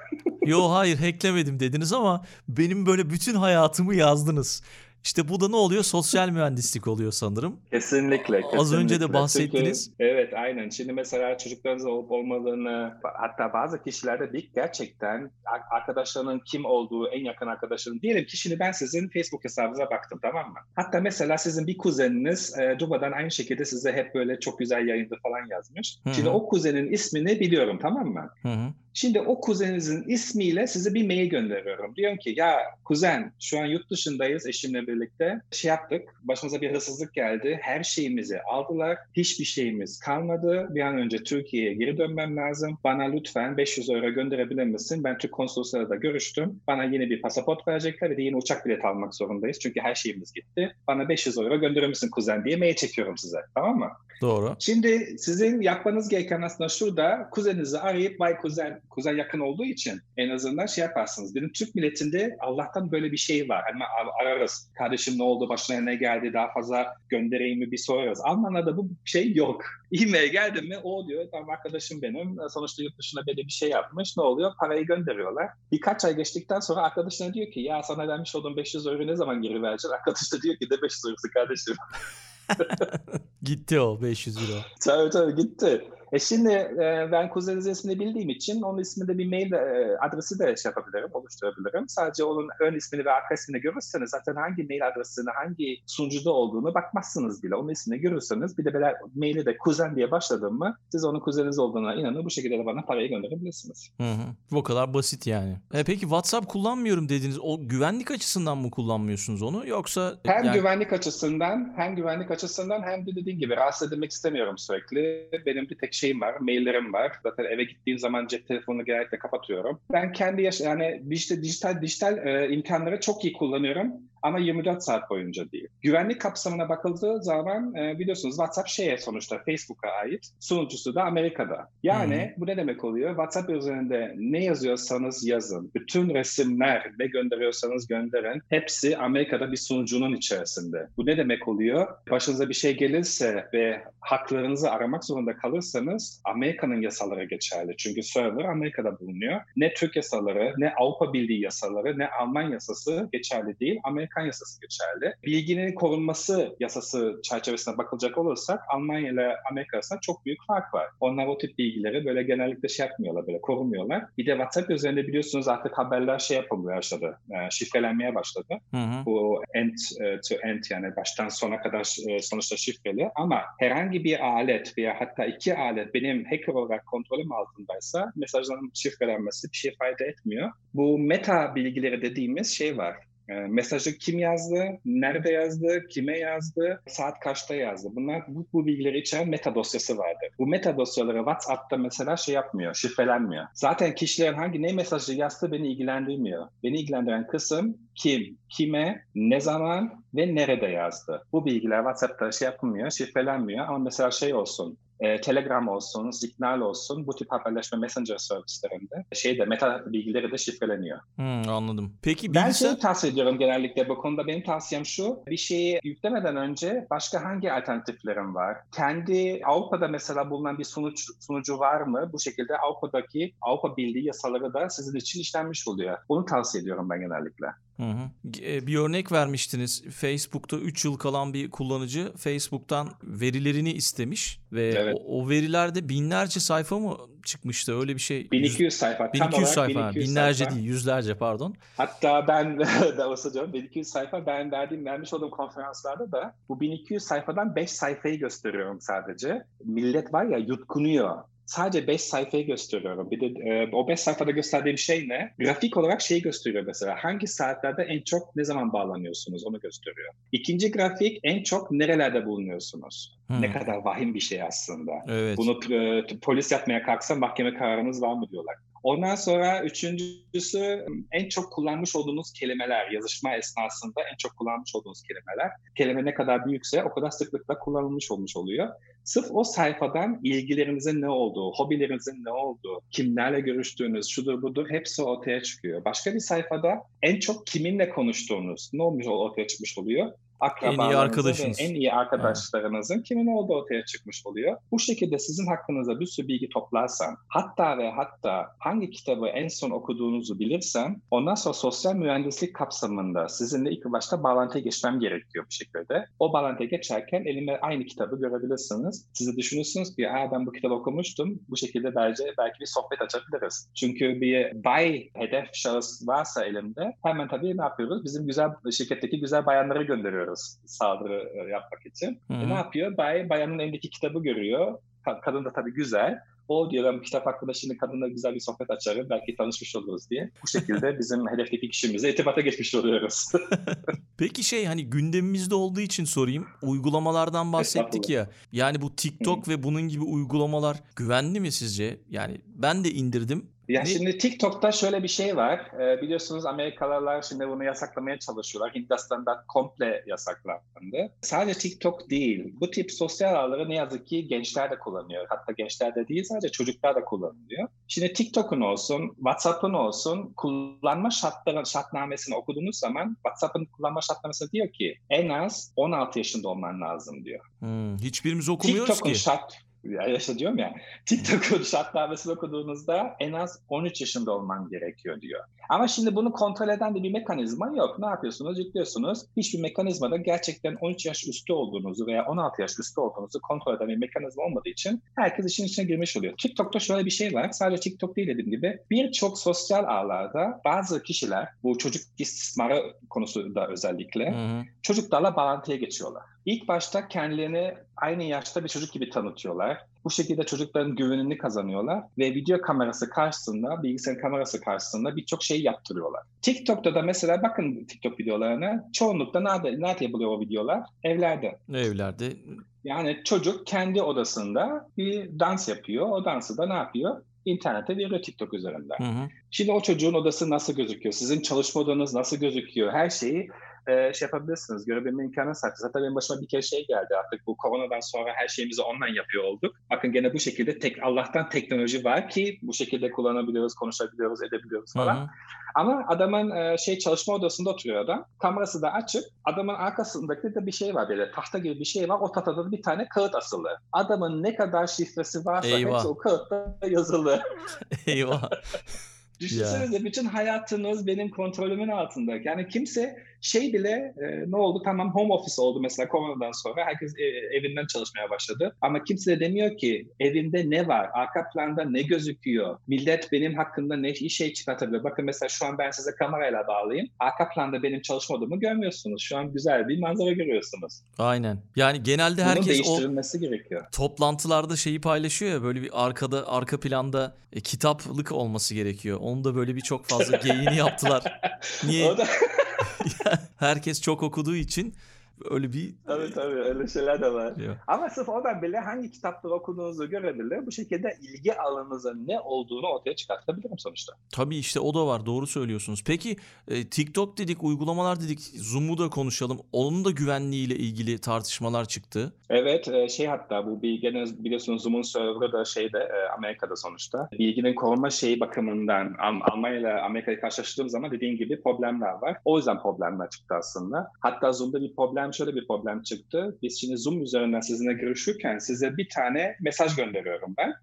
Yo, hayır hacklemedim dediniz ama benim böyle bütün hayatımı yazdınız. İşte bu da ne oluyor? Sosyal mühendislik oluyor sanırım. Kesinlikle. Az önce de bahsettiniz. Çünkü, evet, aynen. Şimdi mesela çocuklarınız olup olmadığını, hatta bazı kişilerde gerçekten arkadaşlarının kim olduğu, en yakın arkadaşların, diyelim ki şimdi ben sizin Facebook hesabınıza baktım, tamam mı? Hatta mesela sizin bir kuzeniniz durmadan aynı şekilde size hep böyle çok güzel yayındı falan yazmış. Şimdi o kuzenin ismini biliyorum, tamam mı? Şimdi o kuzeninizin ismiyle size bir mail gönderiyorum. Diyorum ki ya kuzen, şu an yurt dışındayız eşimle birlikte. Şey yaptık, başımıza bir hırsızlık geldi. Her şeyimizi aldılar. Hiçbir şeyimiz kalmadı. Bir an önce Türkiye'ye geri dönmem lazım. Bana lütfen 500 euro gönderebilir misin? Ben Türk konsolosluğuyla da görüştüm. Bana yeni bir pasaport verecekler ve de yeni uçak bileti almak zorundayız. Çünkü her şeyimiz gitti. Bana 500 euro gönderir misin kuzen diye mail çekiyorum size. Tamam mı? Doğru. Şimdi sizin yapmanız gereken aslında şurada, kuzeninizi arayıp vay kuzen yakın olduğu için en azından şey yaparsınız. Benim Türk milletinde Allah'tan böyle bir şey var. Hani ararız. Kardeşim ne oldu? Başına ne geldi? Daha fazla göndereyim mi? Bir sorarız. Almanya'da bu şey yok. E-mail geldi mi? O diyor. Tamam, arkadaşım benim. Sonuçta yurt dışında böyle bir şey yapmış. Ne oluyor? Parayı gönderiyorlar. Birkaç ay geçtikten sonra arkadaşına diyor ki ya sana vermiş olduğum 500 euro ne zaman geri vereceksin? Arkadaş da diyor ki de 500 eurosu kardeşim. Gitti o 500 euro. Tabii gitti. Şimdi ben kuzeninizin ismini bildiğim için onun isminde bir mail adresi de yapabilirim, oluşturabilirim. Sadece onun ön ismini ve arka ismini görürseniz zaten hangi mail adresini, hangi sunucuda olduğunu bakmazsınız bile. Onun ismini görürseniz bir de böyle maili de kuzen diye başladın mı siz onun kuzeniniz olduğuna inanın bu şekilde de bana parayı gönderebilirsiniz. Bu kadar basit yani. Peki WhatsApp kullanmıyorum dediniz. O güvenlik açısından mı kullanmıyorsunuz onu yoksa? Hem güvenlik açısından hem de dediğim gibi rahatsız edilmek istemiyorum sürekli. Benim bir tek şeyim var, maillerim var. Zaten eve gittiğim zaman cep telefonunu genellikle kapatıyorum. Ben kendi yani dijital imkanları çok iyi kullanıyorum. Ama 24 saat boyunca değil. Güvenlik kapsamına bakıldığı zaman biliyorsunuz WhatsApp sonuçta Facebook'a ait. Sunucusu da Amerika'da. Yani bu ne demek oluyor? WhatsApp üzerinde ne yazıyorsanız yazın. Bütün resimler ne gönderiyorsanız gönderin. Hepsi Amerika'da bir sunucunun içerisinde. Bu ne demek oluyor? Başınıza bir şey gelirse ve haklarınızı aramak zorunda kalırsanız Amerika'nın yasaları geçerli. Çünkü server Amerika'da bulunuyor. Ne Türk yasaları, ne Avrupa Birliği yasaları, ne Alman yasası geçerli değil. Amerikan yasası geçerli. Bilginin korunması yasası çerçevesine bakılacak olursak Almanya ile Amerika arasında çok büyük fark var. Onlar o tip bilgileri böyle genellikle yapmıyorlar, böyle korumuyorlar. Bir de WhatsApp üzerinde biliyorsunuz artık haberler yapılmaya başladı. Şifrelenmeye başladı. Bu end to end yani baştan sona kadar sonuçta şifreli ama herhangi bir alet veya hatta iki alet benim hacker olarak kontrolüm altındaysa mesajların şifrelenmesi bir şey fayda etmiyor. Bu meta bilgileri dediğimiz var. Mesajı kim yazdı, nerede yazdı, kime yazdı, saat kaçta yazdı. Bunlar bu bilgileri içeren meta dosyası vardır. Bu meta dosyaları WhatsApp'ta mesela yapmıyor, şifrelenmiyor. Zaten kişilerin ne mesajı yazdığı beni ilgilendirmiyor. Beni ilgilendiren kısım kim, kime, ne zaman ve nerede yazdı. Bu bilgiler WhatsApp'ta yapılmıyor, şifrelenmiyor ama mesela olsun. Telegram olsun, Signal olsun bu tip haberleşme messenger servislerinde meta bilgileri de şifreleniyor. Anladım. Peki ben tavsiye ediyorum genellikle bu konuda. Benim tavsiyem şu. Bir şeyi yüklemeden önce başka hangi alternatiflerim var? Kendi Avrupa'da mesela bulunan bir sunucu var mı? Bu şekilde Avrupa Birliği yasaları da sizin için işlenmiş oluyor. Bunu tavsiye ediyorum ben genellikle. Bir örnek vermiştiniz. Facebook'ta 3 yıl kalan bir kullanıcı Facebook'tan verilerini istemiş ve o verilerde binlerce sayfa mı çıkmıştı? Öyle bir şey. 1200 sayfa. 1200 sayfa. Binlerce sayfa. değil, yüzlerce pardon. Hatta ben de olsa diyorum 1200 sayfa ben vermiş olduğum konferanslarda da bu 1200 sayfadan 5 sayfayı gösteriyorum sadece. Millet var ya yutkunuyor. Sadece 5 sayfayı gösteriyorum. Bir de o 5 sayfada gösterdiğim ne? Grafik olarak gösteriyor mesela. Hangi saatlerde en çok ne zaman bağlanıyorsunuz onu gösteriyor. İkinci grafik en çok nerelerde bulunuyorsunuz. Ne kadar vahim bir şey aslında. Evet. Bunu polis yapmaya kalksa mahkeme kararınız var mı diyorlar. Ondan sonra üçüncüsü en çok kullanmış olduğunuz kelimeler. Yazışma esnasında en çok kullanmış olduğunuz kelimeler. Kelime ne kadar büyükse o kadar sıklıkla kullanılmış olmuş oluyor. Sırf o sayfadan ilgilerinizin ne olduğu, hobilerinizin ne olduğu, kimlerle görüştüğünüz, şudur budur hepsi ortaya çıkıyor. Başka bir sayfada en çok kiminle konuştuğunuz ne olmuş ortaya çıkmış oluyor. Akrabalarınızın ve en iyi arkadaşlarınızın kimin olduğu ortaya çıkmış oluyor. Bu şekilde sizin hakkınızda bir sürü bilgi toplarsam, hatta hangi kitabı en son okuduğunuzu bilirsem, ondan sonra sosyal mühendislik kapsamında sizinle ilk başta bağlantıya geçmem gerekiyor bir şekilde. O bağlantıya geçerken elime aynı kitabı görebilirsiniz. Siz de düşünürsünüz ki ben bu kitabı okumuştum. Bu şekilde belki bir sohbet açabiliriz. Çünkü bir hedef şahıs varsa elimde hemen tabii ne yapıyoruz? Bizim şirketteki güzel bayanları gönderiyoruz saldırı yapmak için. Ne yapıyor? Bayanın elindeki kitabı görüyor. Kadın da tabii güzel. O diyor ben bu kitap hakkında şimdi kadınla güzel bir sohbet açarım. Belki tanışmış oluruz diye. Bu şekilde bizim hedefteki kişimizle irtibata geçmiş oluyoruz. Peki gündemimizde olduğu için sorayım. Uygulamalardan bahsettik ya. Yani bu TikTok ve bunun gibi uygulamalar güvenli mi sizce? Yani ben de indirdim. Şimdi TikTok'ta şöyle bir şey var. Biliyorsunuz Amerikalılar şimdi bunu yasaklamaya çalışıyorlar. Hindistan'da komple yasaklandı. Sadece TikTok değil. Bu tip sosyal ağları ne yazık ki gençler de kullanıyor. Hatta gençler de değil sadece çocuklar da kullanılıyor. Şimdi TikTok'un olsun, WhatsApp'ın olsun kullanma şartnamesini okuduğunuz zaman WhatsApp'ın kullanma şartnamesi diyor ki en az 16 yaşında olman lazım diyor. Hiçbirimiz okumuyoruz TikTok'un ki. Ya işte diyorum ya, TikTok'un şartnamesini okuduğunuzda en az 13 yaşında olman gerekiyor diyor. Ama şimdi bunu kontrol eden de bir mekanizma yok. Ne yapıyorsunuz? Yüklüyorsunuz. Hiçbir mekanizmada gerçekten 13 yaş üstü olduğunuzu veya 16 yaş üstü olduğunuzu kontrol eden bir mekanizma olmadığı için herkes işin içine girmiş oluyor. TikTok'ta şöyle bir şey var. Sadece TikTok değil dediğim gibi. Birçok sosyal ağlarda bazı kişiler, bu çocuk istismarı konusunda özellikle, çocuklarla bağlantıya geçiyorlar. İlk başta kendilerini aynı yaşta bir çocuk gibi tanıtıyorlar. Bu şekilde çocukların güvenini kazanıyorlar ve video kamerası karşısında, bilgisayar kamerası karşısında birçok şey yaptırıyorlar. TikTok'ta da mesela bakın TikTok videolarına, çoğunlukla nerede yapılıyor o videolar? Evlerde. Evlerde. Yani çocuk kendi odasında bir dans yapıyor. O dansı da ne yapıyor? İnternete veriyor TikTok üzerinden. Şimdi o çocuğun odası nasıl gözüküyor? Sizin çalışma odanız nasıl gözüküyor? Her şeyi yapabilirsiniz. Görebilme imkanı sahip. Zaten benim başıma bir kere şey geldi artık. Bu koronadan sonra her şeyimizi online yapıyor olduk. Bakın gene bu şekilde Allah'tan teknoloji var ki bu şekilde kullanabiliyoruz, konuşabiliyoruz, edebiliyoruz falan. Ama adamın çalışma odasında oturuyor adam. Kamerası da açık. Adamın arkasındaki de bir şey var böyle. Tahta gibi bir şey var. O tahtada da bir tane kağıt asılı. Adamın ne kadar şifresi varsa hepsi o kağıtta yazılı. Eyvah. Düşünsenize bütün hayatınız benim kontrolümün altında. Yani kimse bile ne oldu? Tamam home office oldu mesela koronadan sonra. Herkes evinden çalışmaya başladı. Ama kimse de demiyor ki evimde ne var? Arka planda ne gözüküyor? Millet benim hakkında ne şey çıkartabilir? Bakın mesela şu an ben size kamerayla bağlayayım. Arka planda benim çalışma odamı görmüyorsunuz. Şu an güzel bir manzara görüyorsunuz. Aynen. Yani genelde herkes değiştirilmesi gerekiyor. Toplantılarda şeyi paylaşıyor ya, böyle bir arka planda kitaplık olması gerekiyor. Onu da böyle bir çok fazla geyiğini yaptılar. Niye? Herkes çok okuduğu için öyle bir... Tabii öyle şeyler de var. Ama sırf oradan bile hangi kitapları okuduğunuzu görebilir. Bu şekilde ilgi alanınızın ne olduğunu ortaya çıkartabilirim sonuçta. Tabii işte o da var, doğru söylüyorsunuz. Peki TikTok dedik, uygulamalar dedik, Zoom'u da konuşalım. Onun da güvenliğiyle ilgili tartışmalar çıktı. Evet hatta bu gene biliyorsunuz Zoom'un serverı da Amerika'da sonuçta. Bilginin korunma bakımından Almanya ile Amerika'yı karşılaştırdığım zaman dediğin gibi problemler var. O yüzden problemler çıktı aslında. Hatta Zoom'da şöyle bir problem çıktı. Biz şimdi Zoom üzerinden sizinle görüşürken size bir tane mesaj gönderiyorum ben.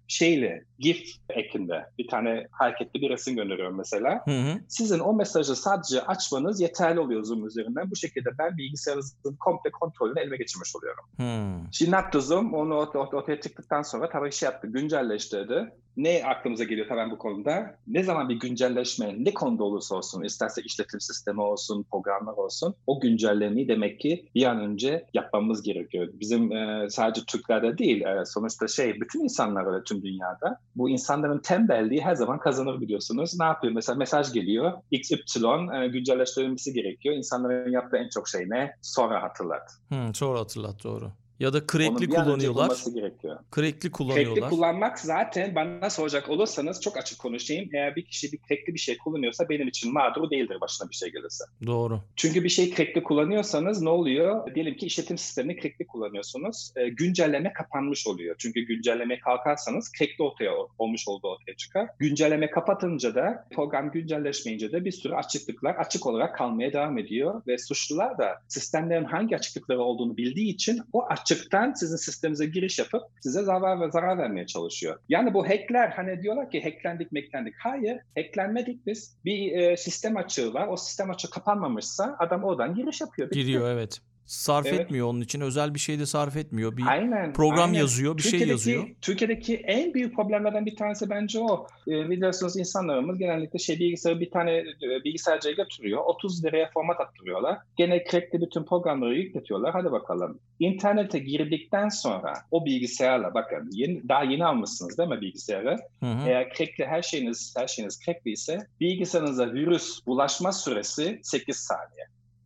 GIF ekinde bir tane hareketli bir resim gönderiyorum mesela. Sizin o mesajı sadece açmanız yeterli oluyor Zoom üzerinden. Bu şekilde ben bilgisayarınızın komple kontrolünü elime geçirmiş oluyorum. Şimdi ne yaptı Zoom? Onu ortaya çıktıktan sonra tabii yaptı. Güncelleştirdi. Ne aklımıza geliyor tabii bu konuda? Ne zaman bir güncelleşme ne konuda olursa olsun, isterse işletim sistemi olsun, programlar olsun, o güncellemeyi demek ki bir an önce yapmamız gerekiyor. Bizim sadece Türklerde değil, sonuçta bütün insanlar öyle tüm dünyada. Bu insanların tembelliği her zaman kazanır biliyorsunuz. Ne yapıyor? Mesela mesaj geliyor, XY güncelleştirilmesi gerekiyor. İnsanların yaptığı en çok şey ne? Sonra hatırlat. Sonra hatırlat, doğru. Ya da crack'li kullanıyorlar. Crack'li kullanıyorlar. Crack'li kullanmak zaten bana soracak olursanız çok açık konuşayım. Eğer bir kişi bir crack'li bir şey kullanıyorsa benim için mağdur değildir başına bir şey gelirse. Doğru. Çünkü bir şey crack'li kullanıyorsanız ne oluyor? Diyelim ki işletim sistemini crack'li kullanıyorsunuz. Güncelleme kapanmış oluyor. Çünkü güncellemeye kalkarsanız crack'li olmuş olduğu ortaya çıkar. Güncelleme kapatınca da program güncelleşmeyince de bir sürü açıklıklar açık olarak kalmaya devam ediyor. Ve suçlular da sistemlerin hangi açıklıkları olduğunu bildiği için o açıktan sizin sisteminize giriş yapıp size zarar vermeye çalışıyor. Yani bu hackler diyorlar ki hacklendik. Hayır, hacklenmedik biz. Bir sistem açığı var. O sistem açığı kapanmamışsa adam oradan giriş yapıyor. Giriyor, evet. Sarf etmiyor onun için. Özel bir şey de sarf etmiyor. Bir program yazıyor, bir şey yazıyor. Türkiye'deki en büyük problemlerden bir tanesi bence o. Biliyorsunuz insanlarımız genellikle bilgisayarı bir tane bilgisayarcıya götürüyor. 30 liraya format attırıyorlar. Gene crack'li bütün programları yükletiyorlar. Hadi bakalım. İnternete girdikten sonra o bilgisayarla bakın daha yeni almışsınız değil mi bilgisayarı? Eğer crack'li her şeyiniz crack'li ise bilgisayarınıza virüs bulaşma süresi 8 saniye.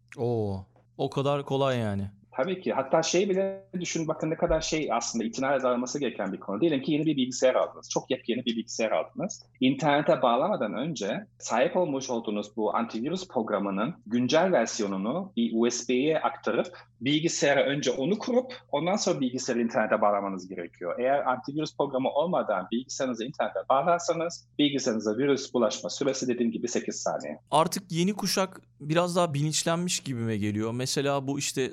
O kadar kolay yani. Tabii ki. Hatta bile düşün bakın ne kadar aslında itina edilmesi gereken bir konu. Diyelim ki yeni bir bilgisayar aldınız. Çok yepyeni bir bilgisayar aldınız. İnternete bağlamadan önce sahip olmuş olduğunuz bu antivirüs programının güncel versiyonunu bir USB'ye aktarıp bilgisayara önce onu kurup ondan sonra bilgisayarı internete bağlamanız gerekiyor. Eğer antivirüs programı olmadan bilgisayarınızı internete bağlarsanız bilgisayarınıza virüs bulaşma süresi dediğim gibi 8 saniye. Artık yeni kuşak biraz daha bilinçlenmiş gibime geliyor. Mesela bu Spotify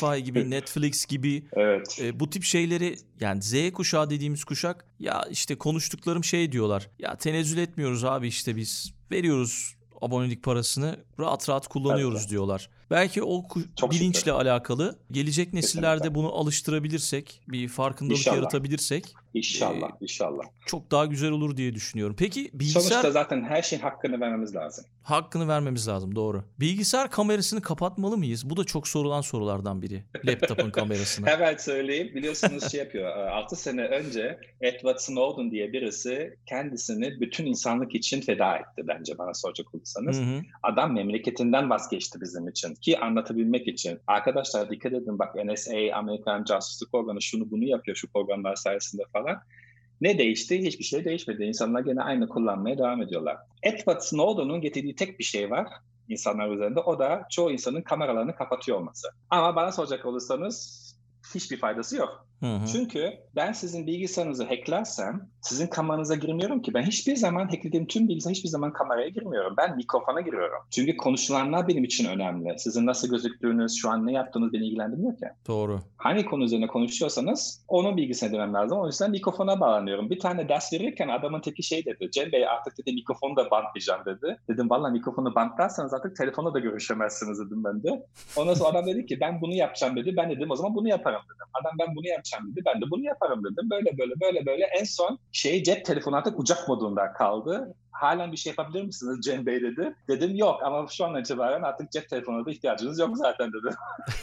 Spotify gibi, Netflix gibi Evet. bu tip şeyleri, yani Z kuşağı dediğimiz kuşak, ya işte konuştuklarım şey diyorlar. Ya tenezzül etmiyoruz abi, işte biz veriyoruz abonelik parasını, rahat rahat kullanıyoruz Evet. diyorlar. Belki o Çok bilinçle şükür. alakalı, gelecek nesillerde Kesinlikle. bunu alıştırabilirsek, bir farkındalık İnşallah. yaratabilirsek İnşallah. İnşallah. çok daha güzel olur diye düşünüyorum. Peki bilgisayar Sonuçta zaten her şeyin hakkını vermemiz lazım. hakkını vermemiz lazım, doğru. Bilgisayar kamerasını kapatmalı mıyız? Bu da çok sorulan sorulardan biri. Laptopun kamerasını. Hemen söyleyeyim. Biliyorsunuz şey yapıyor. 6 sene önce Edward Snowden diye birisi kendisini bütün insanlık için feda etti bence, bana soracak olursanız. Hı hı. Adam memleketinden vazgeçti bizim için. Ki anlatabilmek için. Arkadaşlar dikkat edin, bak NSA, Amerikan Casusluk Organı şunu bunu yapıyor şu programlar sayesinde falan. Ne değişti? Hiçbir şey değişmedi. İnsanlar gene aynı kullanmaya devam ediyorlar. Edward Snowden'un getirdiği tek bir şey var insanlar üzerinde. O da çoğu insanın kameralarını kapatıyor olması. Ama bana soracak olursanız hiçbir faydası yok. Hı hı. Çünkü ben sizin bilgisayarınızı hacklersem sizin kameranıza girmiyorum ki. Ben hiçbir zaman hacklediğim tüm bilgisayar hiçbir zaman kameraya girmiyorum. Ben mikrofona giriyorum. Çünkü konuşulanlar benim için önemli. Sizin nasıl gözüktüğünüz, şu an ne yaptığınız beni ilgilendirmiyor ki. Doğru. Hangi konu üzerine konuşuyorsanız onun bilgisine demem lazım. O yüzden mikrofona bağlanıyorum. Bir tane ders verirken adamın teki şey dedi. Cem Bey artık dedi mikrofonu da bantlayacağım dedi. Dedim valla mikrofonu bantlarsanız artık telefonla da görüşemezsiniz dedim ben de. Ondan sonra adam dedi ki ben bunu yapacağım dedi. Ben dedim o zaman bunu yaparım dedim. Adam ben bunu yapacağım dedi. Ben de bunu yaparım dedim. Böyle. En son cep telefonu artık kucak modunda kaldı. Halen bir şey yapabilir misiniz Cem Bey dedi. Dedim yok ama şu an itibaren artık cep telefonuna da ihtiyacınız yok zaten dedi.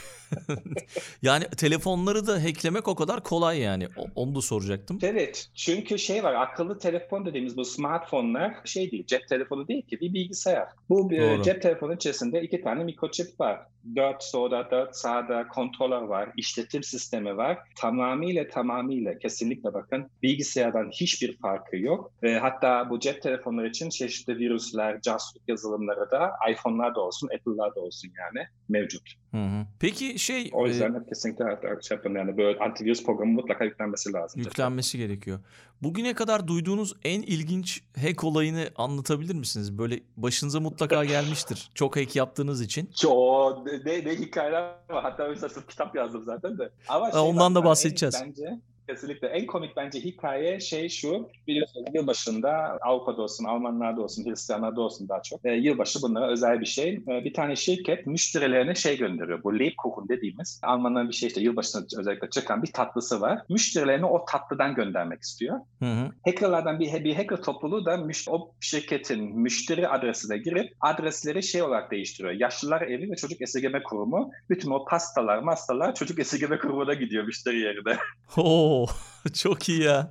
Yani telefonları da hacklemek o kadar kolay yani. Onu da soracaktım. Evet, çünkü şey var, akıllı telefon dediğimiz bu smartphone'lar şey değil, cep telefonu değil ki, bir bilgisayar. Bu Doğru. cep telefonu içerisinde 2 tane mikroçip var. 4 solda, 4 sağda kontroller var, işletim sistemi var. Tamamıyla kesinlikle bakın bilgisayardan hiçbir farkı yok. Hatta bu cep telefonları için çeşitli virüsler, casusluk yazılımları da iPhone'larda olsun, Apple'larda olsun yani mevcut. Hı hı. Peki O yüzden kesinlikle şey yapın yani böyle antivirüs programı mutlaka yüklenmesi lazım. yüklenmesi gerekiyor. Bugüne kadar duyduğunuz en ilginç hack olayını anlatabilir misiniz? Böyle başınıza mutlaka gelmiştir. Çok hack yaptığınız için. Ne hikayeler var. Hatta mesela sırf kitap yazdım zaten de. Ama Ondan da bahsedeceğiz. Bence kesinlikle en komik bence hikaye şu. Biliyorsunuz yılbaşında Avrupa'da olsun, Almanlarda olsun, Hristiyanlarda olsun daha çok. Yılbaşı bunlara özel bir şey. Bir tane şirket müşterilerine gönderiyor. Bu Lebkuchen dediğimiz Almanların bir işte yılbaşında özellikle çıkan bir tatlısı var. Müşterilerine o tatlıdan göndermek istiyor. Hı hı. Hackerlardan bir hacker topluluğu da o şirketin müşteri adresine girip adresleri olarak değiştiriyor. Yaşlılar Evi ve Çocuk Esirgeme Kurumu. Bütün o mastalar Çocuk Esirgeme Kurumu'na gidiyor müşteri yerine. Oo, çok iyi ya.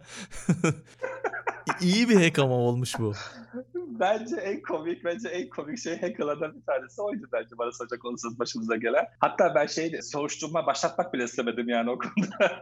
İyi bir hack ama olmuş bu. Bence en komik şey hackerlardan bir tanesi oydu bence bana soracak olursanız başımıza gelen. Hatta ben soruşturma başlatmak bile istemedim yani o konuda.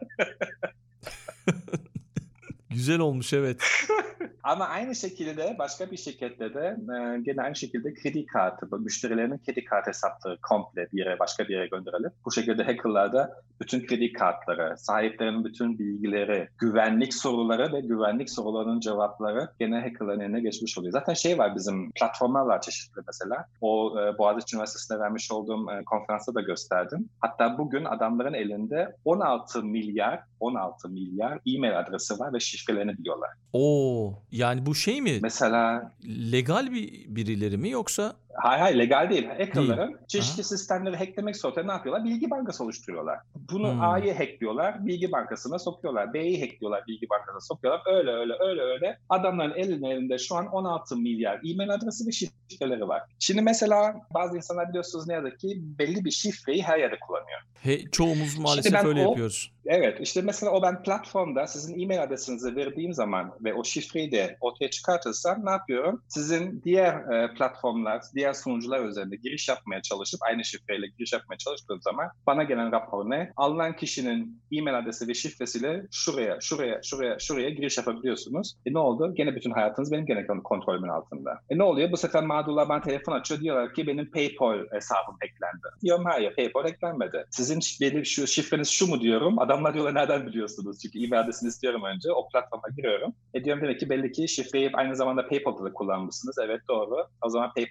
Güzel olmuş, evet. Ama aynı şekilde başka bir şirkette de gene aynı şekilde kredi kartı, müşterilerinin kredi kartı hesapları komple başka bir yere gönderelim. Bu şekilde hackerlar da bütün kredi kartları, sahiplerinin bütün bilgileri, güvenlik soruları ve güvenlik sorularının cevapları gene hackerların eline geçmiş oluyor. Zaten var bizim platformlar var çeşitli mesela. O Boğaziçi Üniversitesi'nde vermiş olduğum konferansta da gösterdim. Hatta bugün adamların elinde 16 milyar e-mail adresi var ve şifrelerini biliyorlar. Oo, yani bu şey mi? Mesela Legal birileri mi yoksa? Hayır legal değil. Hackerların Değil. çeşitli sistemleri hacklemek istiyorlar. Ne yapıyorlar? Bilgi bankası oluşturuyorlar. Bunu A'yı hackliyorlar, bilgi bankasına sokuyorlar. B'yi hackliyorlar, bilgi bankasına sokuyorlar. Öyle. Adamların elinde şu an 16 milyar e-mail adresi ve şifreleri var. Şimdi mesela bazı insanlar biliyorsunuz ne yazık ki belli bir şifreyi her yerde kullanıyor. Çoğumuz maalesef öyle yapıyoruz. Evet, işte mesela ben platformda sizin e-mail adresinizi verdiğim zaman ve o şifreyi de ortaya çıkartırsam ne yapıyorum? Sizin diğer platformlar, diğer sunucular üzerinde giriş yapmaya çalışıp aynı şifreyle giriş yapmaya çalıştığım zaman bana gelen rapor ne? Alınan kişinin e-mail adresi ve şifresiyle şuraya giriş yapabiliyorsunuz. Ne oldu? Gene bütün hayatınız benim gene kontrolümün altında. Ne oluyor? Bu sefer mağdurlar bana telefon açıyor, diyorlar ki benim PayPal hesabım hacklendi. Diyorum hayır, PayPal hacklenmedi. Sizin şu şifreniz şu mu diyorum. Adamlar diyorlar nereden biliyorsunuz? Çünkü e-mail adresini istiyorum önce. O platforma giriyorum. Diyorum demek ki belli ki şifreyi aynı zamanda PayPal'da da kullanmışsınız. Evet doğru. O zaman PayPal hacklendi.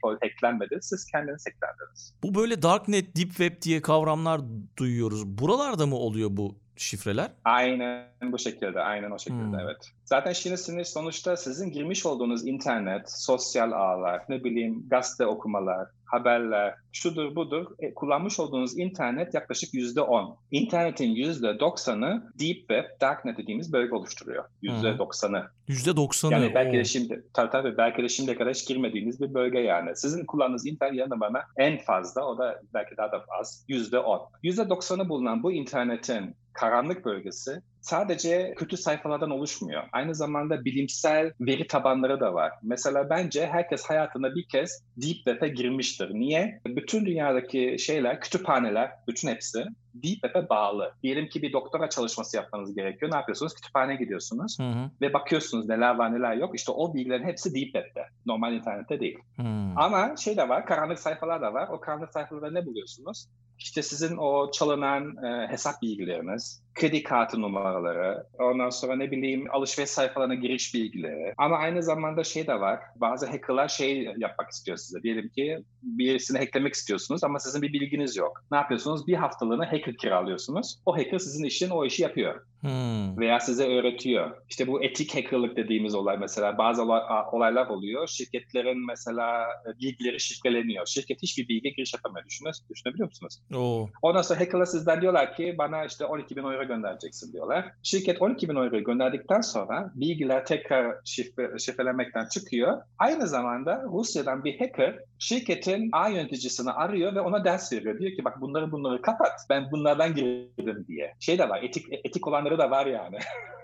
hacklenmedi. Siz kendiniz hacklendiniz. Bu böyle Darknet, Deep Web diye kavramlar duyuyoruz. Buralarda mı oluyor bu şifreler? Aynen bu şekilde, aynen o şekilde evet. Zaten şimdi sonuçta sizin girmiş olduğunuz internet, sosyal ağlar, ne bileyim gazete okumalar, haberler, şudur budur, kullanmış olduğunuz internet yaklaşık %10. İnternetin %90'ı Deep Web, Darknet dediğimiz bölge oluşturuyor. %90'ı. %90'ı. Yani belki de şimdi, tabii belki de şimdiye kadar hiç girmediğiniz bir bölge yani. Sizin kullandığınız internet yanı bana en fazla, o da belki daha da az, %10. %90'ı bulunan bu internetin karanlık bölgesi sadece kötü sayfalardan oluşmuyor. Aynı zamanda bilimsel veri tabanları da var. Mesela bence herkes hayatında bir kez Deep Web'e girmiştir. Niye? Bütün dünyadaki şeyler, kütüphaneler, bütün hepsi Deep Web'e bağlı. Diyelim ki bir doktora çalışması yapmanız gerekiyor. Ne yapıyorsunuz? Kütüphaneye gidiyorsunuz ve bakıyorsunuz neler var neler yok. İşte o bilgilerin hepsi Deep Web'te. Normal internette değil. Ama şey de var, karanlık sayfalar da var. O karanlık sayfalarda ne buluyorsunuz? İşte sizin o çalınan hesap bilgileriniz, kredi kartı numaraları, ondan sonra ne bileyim alışveriş sayfalarına giriş bilgileri. Ama aynı zamanda şey de var, bazı hackerlar şey yapmak istiyor size. Diyelim ki birisini hacklemek istiyorsunuz ama sizin bir bilginiz yok. Ne yapıyorsunuz? Bir haftalığına hacker kiralıyorsunuz. O hacker sizin için o işi yapıyor. Veya size öğretiyor. İşte bu etik hackerlık dediğimiz olay mesela. Bazı olaylar oluyor. Şirketlerin mesela bilgileri şifreleniyor. Şirket hiçbir bilgiye giriş yapamıyor. Düşünebiliyor musunuz? Ondan sonra hackerlar sizden diyorlar ki bana işte 12.000 euro göndereceksin diyorlar. Şirket 12.000 euroyu gönderdikten sonra bilgiler tekrar şifrelenmekten çıkıyor. Aynı zamanda Rusya'dan bir hacker şirketin A yöneticisini arıyor ve ona ders veriyor. Diyor ki bak bunları kapat. Ben bunlardan girdim diye. Şey de var, etik olanları da var yani.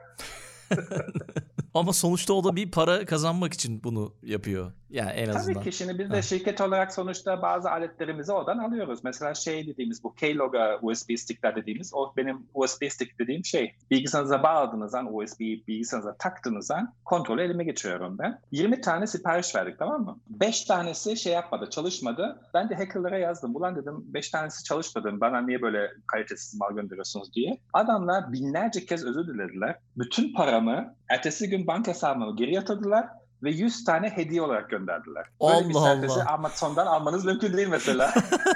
Ama sonuçta o da bir para kazanmak için bunu yapıyor. Yani en azından. Tabii ki şimdi biz de şirket olarak sonuçta bazı aletlerimizi oradan alıyoruz. Mesela şey dediğimiz bu Keylogger USB stickler dediğimiz, o benim USB stick dediğim şey. Bilgisayarınıza bağladığınız an, USB'yi bilgisayarınıza taktığınız an kontrolü elime geçiriyorum ben. 20 tane sipariş verdik, tamam mı? 5 tanesi şey yapmadı, çalışmadı. Ben de hackerlara yazdım. Ulan dedim 5 tanesi çalışmadı. Bana niye böyle kalitesiz mal gönderiyorsunuz diye. Adamlar binlerce kez özür dilediler. Bütün paramı ertesi gün banka hesabıma geri yatırdılar. Ve 100 tane hediye olarak gönderdiler. Böyle bir servisi Amazon'dan almanız mümkün değil mesela.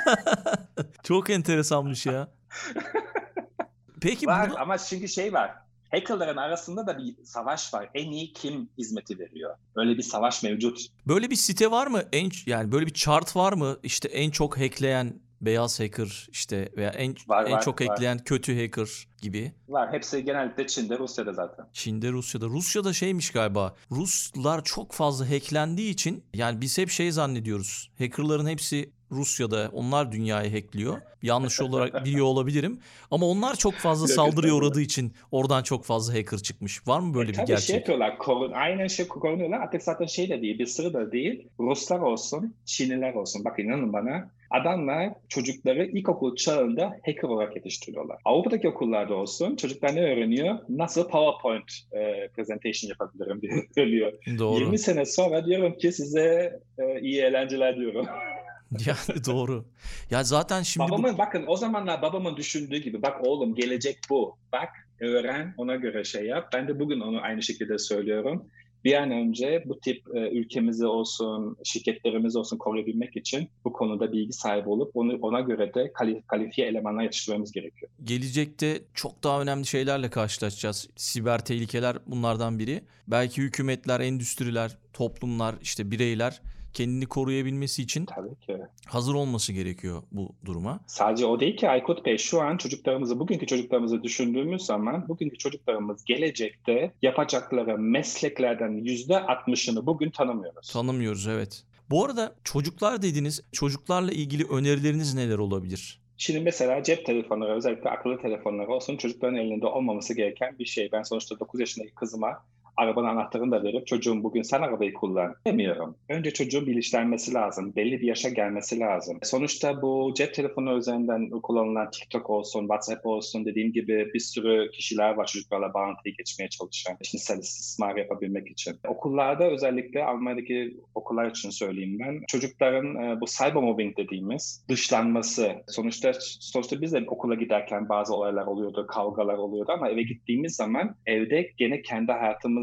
Çok enteresanmış ya. Peki var ama çünkü şey var. Hackerların arasında da bir savaş var. En iyi kim hizmeti veriyor? Öyle bir savaş mevcut. Böyle bir site var mı? Yani böyle bir chart var mı? İşte en çok hackleyen beyaz hacker işte veya en çok hackleyen kötü hacker gibi. Var. Hepsi genellikle Çin'de, Rusya'da zaten. Çin'de, Rusya'da. Rusya'da şeymiş galiba. Ruslar çok fazla hacklendiği için yani biz hep şey zannediyoruz. Hackerların hepsi Rusya'da. Onlar dünyayı hackliyor. Yanlış olarak biliyor olabilirim. Ama onlar çok fazla saldırıya uğradığı için oradan çok fazla hacker çıkmış. Var mı böyle bir gerçek? Şey yapıyorlar. Aynen şey korunuyorlar. Artık zaten şey de değil. Bir sırrı da değil. Ruslar olsun, Çinliler olsun. Bak inanın bana. Adamlar çocukları ilkokul çağında hacker olarak yetiştiriyorlar. Avrupa'daki okullarda olsun çocuklar ne öğreniyor? Nasıl PowerPoint presentation yapabilirim diye öğreniyor. Doğru. 20 sene sonra diyorum ki size iyi eğlenceler diyorum. Yani doğru. Ya zaten şimdi bakın o zamanlar babamın düşündüğü gibi bak oğlum gelecek bu. Bak öğren ona göre şey yap. Ben de bugün onu aynı şekilde söylüyorum. Bir an önce bu tip ülkemizi olsun, şirketlerimiz olsun koruyabilmek için bu konuda bilgi sahibi olup ona göre de kalifiye elemanlar yetiştirmemiz gerekiyor. Gelecekte çok daha önemli şeylerle karşılaşacağız. Siber tehlikeler bunlardan biri. Belki hükümetler, endüstriler, toplumlar, işte bireyler kendini koruyabilmesi için tabii ki hazır olması gerekiyor bu duruma. Sadece o değil ki Aykut Bey, şu an bugünkü çocuklarımızı düşündüğümüz zaman bugünkü çocuklarımız gelecekte yapacakları mesleklerden %60'ını bugün tanımıyoruz. Tanımıyoruz, evet. Bu arada çocuklar dediniz, çocuklarla ilgili önerileriniz neler olabilir? Şimdi mesela cep telefonları, özellikle akıllı telefonları olsun çocukların elinde olmaması gereken bir şey. Ben sonuçta 9 yaşındaki kızıma arabanın anahtarını da verip çocuğum bugün sen arabayı kullan demiyorum. Önce çocuğun bilinçlenmesi lazım. Belli bir yaşa gelmesi lazım. Sonuçta bu cep telefonu üzerinden kullanılan TikTok olsun, WhatsApp olsun dediğim gibi bir sürü kişiler var çocuklarla bağlantıyı geçmeye çalışan, cinsel istismar yapabilmek için. Okullarda özellikle Almanya'daki okullar için söyleyeyim ben. Çocukların bu cybermobbing dediğimiz dışlanması. Sonuçta biz de okula giderken bazı olaylar oluyordu, kavgalar oluyordu ama eve gittiğimiz zaman evde gene kendi hayatımız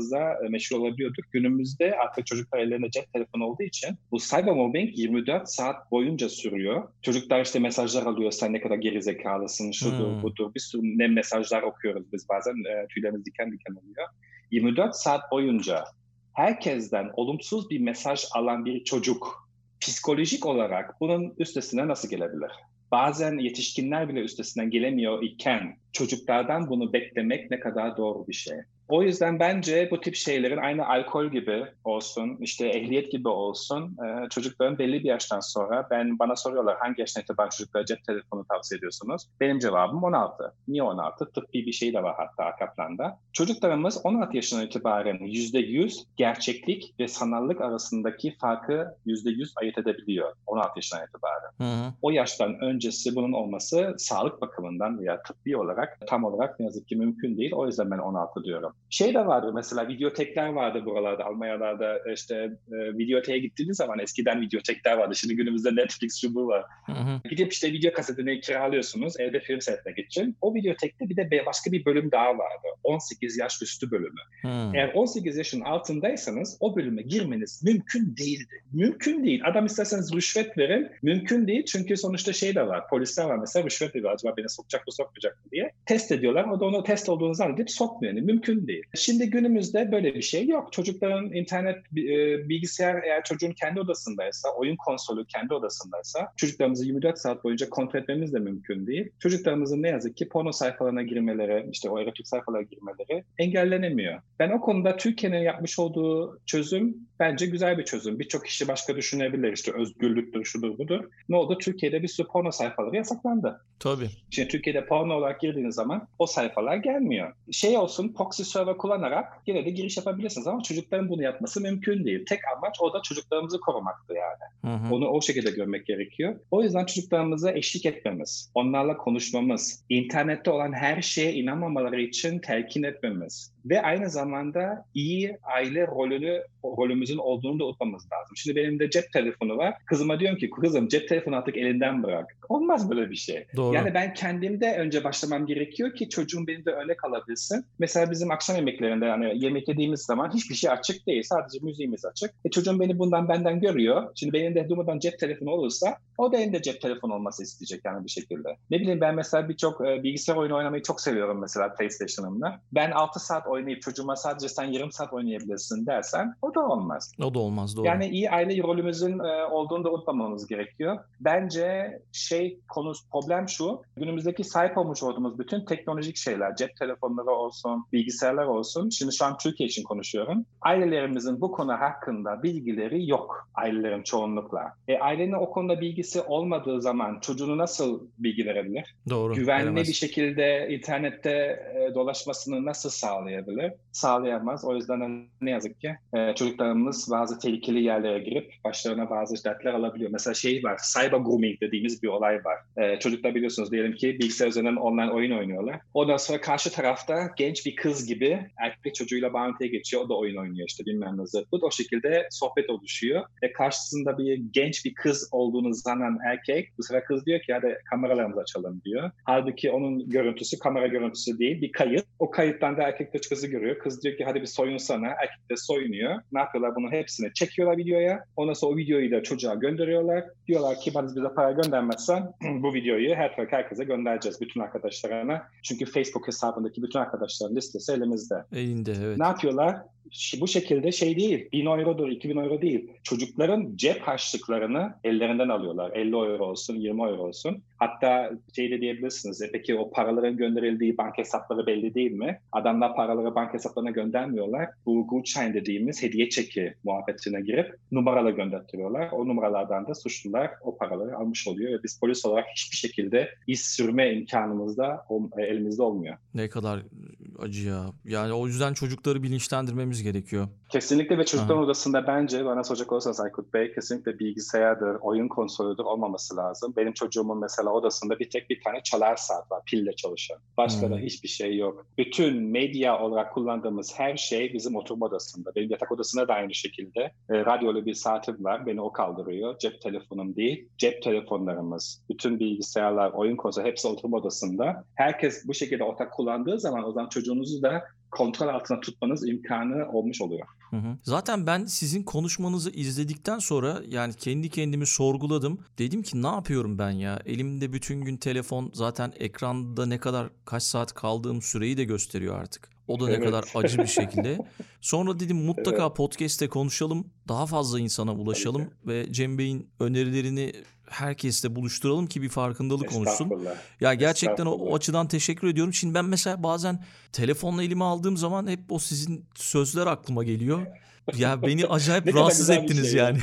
zamanımızda meşhur olabiliyorduk. Günümüzde artık çocuklar ellerinde cep telefonu olduğu için bu cybermobbing 24 saat boyunca sürüyor. Çocuklar işte mesajlar alıyor, sen ne kadar gerizekalısın, şudur budur, bir sürü ne mesajlar okuyoruz biz bazen, tüylerimiz diken diken oluyor. 24 saat boyunca herkesten olumsuz bir mesaj alan bir çocuk psikolojik olarak bunun üstesinden nasıl gelebilir? Bazen yetişkinler bile üstesinden gelemiyor iken çocuklardan bunu beklemek ne kadar doğru bir şey. O yüzden bence bu tip şeylerin aynı alkol gibi olsun, işte ehliyet gibi olsun, çocukların belli bir yaştan sonra bana soruyorlar hangi yaştan itibaren çocuklara cep telefonu tavsiye ediyorsunuz? Benim cevabım 16. Niye 16? Tıbbi bir şey de var hatta arka planda. Çocuklarımız 16 yaşından itibaren %100 gerçeklik ve sanallık arasındaki farkı %100 ayırt edebiliyor 16 yaşından itibaren. O yaştan öncesi bunun olması sağlık bakımından veya tıbbi olarak tam olarak ne yazık ki mümkün değil. O yüzden ben 16 diyorum. Şey de vardı mesela, videotekler vardı buralarda, Almanya'da işte videoteye gittiğiniz zaman eskiden videotekler vardı. Şimdi günümüzde Netflix şu bu var. Gidip işte video kasetini kiralıyorsunuz evde film seyretmek için. O videotekte bir de başka bir bölüm daha vardı. 18 yaş üstü bölümü. Eğer 18 yaşın altındaysanız o bölüme girmeniz mümkün değildi. Mümkün değil. Adam isterseniz rüşvet verin. Mümkün değil çünkü sonuçta şey de var. Polisler var mesela, rüşvet veriyor. Acaba beni sokacak mı sokmayacak mı diye. Test ediyorlar. O da onu test olduğunu zannedip sokmuyor. Yani mümkün değil. Şimdi günümüzde böyle bir şey yok. Çocukların internet, bilgisayar eğer çocuğun kendi odasındaysa, oyun konsolu kendi odasındaysa çocuklarımızı 24 saat boyunca kontrol etmemiz de mümkün değil. Çocuklarımızın ne yazık ki porno sayfalarına girmeleri, işte o erotik sayfalara girmeleri engellenemiyor. Ben o konuda Türkiye'nin yapmış olduğu çözüm bence güzel bir çözüm. Birçok kişi başka düşünebilir. İşte özgürlüktür, şudur budur. Ne oldu? Türkiye'de bir sürü porno sayfaları yasaklandı. Tabii. Şimdi Türkiye'de porno olarak girdiğiniz zaman o sayfalar gelmiyor. Şey olsun, proxy server kullanarak yine de giriş yapabilirsiniz ama çocukların bunu yapması mümkün değil. Tek amaç o da çocuklarımızı korumaktı yani. Onu o şekilde görmek gerekiyor. O yüzden çocuklarımıza eşlik etmemiz, onlarla konuşmamız, internette olan her şeye inanmamaları için telkin etmemiz ve aynı zamanda iyi aile rolümüzün olduğunu da unutmamız lazım. Şimdi benim de cep telefonu var. Kızıma diyorum ki kızım cep telefonu artık elinden bırak. Olmaz böyle bir şey. Doğru. Yani ben kendimde önce başlamam gerekiyor ki çocuğum benim de örnek alabilsin. Mesela bizim akşam yemeklerinde yani yemek yediğimiz zaman hiçbir şey açık değil. Sadece müziğimiz açık. Çocuğum benden görüyor. Şimdi benim de durmadan cep telefonu olursa o da elinde cep telefonu olması isteyecek yani bir şekilde. Ne bileyim ben mesela birçok bilgisayar oyunu oynamayı çok seviyorum mesela PlayStation'ımla. Ben 6 saat oynayıp çocuğuma sadece sen yarım saat oynayabilirsin dersen o da olmaz. O da olmaz, doğru. Yani iyi aile rolümüzün olduğunu da unutmamamız gerekiyor. Bence problem şu, günümüzdeki sahip olmuş olduğumuz bütün teknolojik şeyler, cep telefonları olsun, bilgisayarlar olsun, şimdi şu an Türkiye için konuşuyorum. Ailelerimizin bu konu hakkında bilgileri yok, ailelerin çoğunlukla. Ailenin o konuda bilgisi olmadığı zaman çocuğunu nasıl bilgi verebilir? Doğru. Güvenli veremez. bir şekilde internette dolaşmasını nasıl sağlayabilir? Sağlayamaz. O yüzden ne yazık ki çocuklarımız bazı tehlikeli yerlere girip başlarına bazı dertler alabiliyor. Mesela şey var, cyber grooming dediğimiz bir olay var. Çocuklar biliyorsunuz diyelim ki bilgisayar üzerinden online oyun oynuyorlar. Ondan sonra karşı tarafta genç bir kız gibi erkek çocuğuyla bağlantıya geçiyor. O da oyun oynuyor işte bilmem ne zırt. O şekilde sohbet oluşuyor. Karşısında genç bir kız olduğunu zanen erkek bu sefer kız diyor ki hadi kameralarımızı açalım diyor. Halbuki onun görüntüsü kamera görüntüsü değil, bir kayıt. O kayıttan da erkek de kızı görüyor. Kız diyor ki hadi bir soyunsana. Erkek de soyunuyor. Ne yapıyorlar? Bunun hepsini çekiyorlar videoya. Ondan sonra o videoyu da çocuğa gönderiyorlar. Diyorlar ki bize para göndermezsen bu videoyu herkese göndereceğiz. Bütün arkadaşlarına. Çünkü Facebook hesabındaki bütün arkadaşların listesi elimizde. Elinde, evet. Ne yapıyorlar? Bu şekilde şey değil. 1000 eurodur, 2000 euro değil. Çocukların cep harçlıklarını ellerinden alıyorlar. 50 euro olsun, 20 euro olsun. Hatta şey de diyebilirsiniz. Peki o paraların gönderildiği banka hesapları belli değil mi? Adamlar paraları banka hesaplarına göndermiyorlar. Bu Gutschein dediğimiz hediye çeki muhabbetine girip numarala göndertiyorlar. O numaralardan da suçlular o paraları almış oluyor. Ve biz polis olarak hiçbir şekilde iz sürme imkanımız da elimizde olmuyor. Ne kadar acı ya. Yani o yüzden çocukları bilinçlendirmemiz gerekiyor. Kesinlikle ve çocukların odasında bence bana soracak olursanız Aykut Bey kesinlikle bilgisayardır, oyun konsoludur olmaması lazım. Benim çocuğumun mesela odasında bir tane çalar saat var pille çalışan. Başka da hiçbir şey yok. Bütün medya olarak kullandığımız her şey bizim oturma odasında. Benim yatak odasında da aynı şekilde. Radyolu bir saatim var. Beni o kaldırıyor. Cep telefonum değil. Cep telefonlarımız, bütün bilgisayarlar, oyun konsolu hepsi oturma odasında. Herkes bu şekilde ortak kullandığı zaman o zaman çocuğun çocuğunuzu da kontrol altına tutmanız imkanı olmuş oluyor. Zaten ben sizin konuşmanızı izledikten sonra yani kendi kendimi sorguladım. Dedim ki ne yapıyorum ben ya? Elimde bütün gün telefon, zaten ekranda kaç saat kaldığım süreyi de gösteriyor artık. O da ne kadar acı bir şekilde. Sonra dedim mutlaka podcast'te konuşalım. Daha fazla insana ulaşalım ve Cem Bey'in önerilerini herkesle buluşturalım ki bir farkındalık oluşsun. Ya gerçekten o açıdan teşekkür ediyorum. Şimdi ben mesela bazen telefonla elime aldığım zaman hep o sizin sözler aklıma geliyor. Ya beni acayip rahatsız ettiniz yani.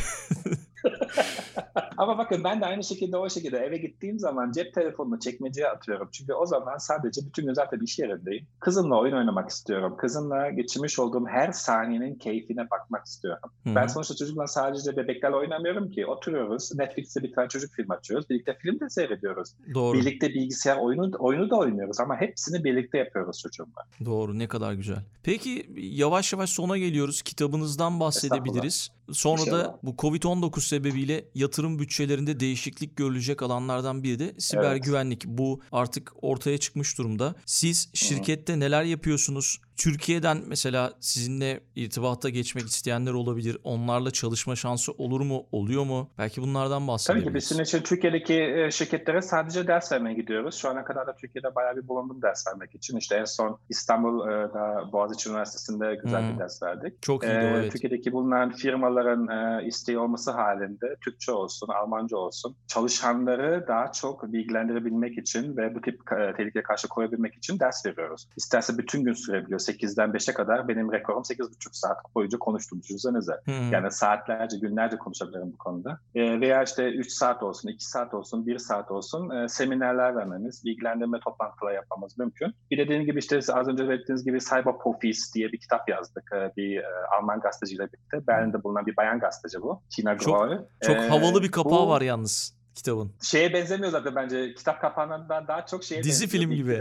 Ama bakın ben de aynı şekilde o şekilde eve gittiğim zaman cep telefonunu çekmeceye atıyorum. Çünkü o zaman sadece bütün gün zaten iş yerindeyim. Kızımla oyun oynamak istiyorum. Kızımla geçirmiş olduğum her saniyenin keyfine bakmak istiyorum. Ben sonuçta çocukla sadece bebeklerle oynamıyorum ki. Oturuyoruz, Netflix'te bir tane çocuk film açıyoruz. Birlikte film de seyrediyoruz. Doğru. Birlikte bilgisayar oyunu da oynuyoruz ama hepsini birlikte yapıyoruz çocuğumla. Doğru, ne kadar güzel. Peki yavaş yavaş sona geliyoruz. Kitabınızdan bahsedebiliriz. Sonra da bu Covid-19 sebebiyle yatırım bütçelerinde değişiklik görülecek alanlardan biri de siber güvenlik. Bu artık ortaya çıkmış durumda. Siz şirkette neler yapıyorsunuz? Türkiye'den mesela sizinle irtibata geçmek isteyenler olabilir. Onlarla çalışma şansı olur mu? Oluyor mu? Belki bunlardan bahsedebiliriz. Tabii ki bizim için Türkiye'deki şirketlere sadece ders vermeye gidiyoruz. Şu ana kadar da Türkiye'de bayağı bir bulundum ders vermek için. İşte en son İstanbul'da Boğaziçi Üniversitesi'nde güzel bir ders verdik. Çok iyiydi o, evet. Türkiye'deki bulunan firmaların isteği olması halinde Türkçe olsun, Almanca olsun çalışanları daha çok bilgilendirebilmek için ve bu tip tehlikeye karşı koyabilmek için ders veriyoruz. İsterse bütün gün sürebiliyor. 8'den 5'e kadar benim rekorum 8,5 saat boyunca konuştum. Düşünsenize. Yani saatlerce, günlerce konuşabilirim bu konuda. Veya işte 3 saat olsun, 2 saat olsun, 1 saat olsun seminerler vermemiz, bilgilendirme toplantıları yapmamız mümkün. Bir dediğim gibi işte az önce belirttiğiniz gibi Cyberprofis diye bir kitap yazdık. Bir Alman gazeteciyle birlikte. Berlin'de bulunan bir bayan gazeteci bu. Tina Groll. Çok havalı bir kapağı var yalnız kitabın. Şeye benzemiyor zaten bence. Kitap kapağından daha çok şeye dizi benziyor. Film gibi.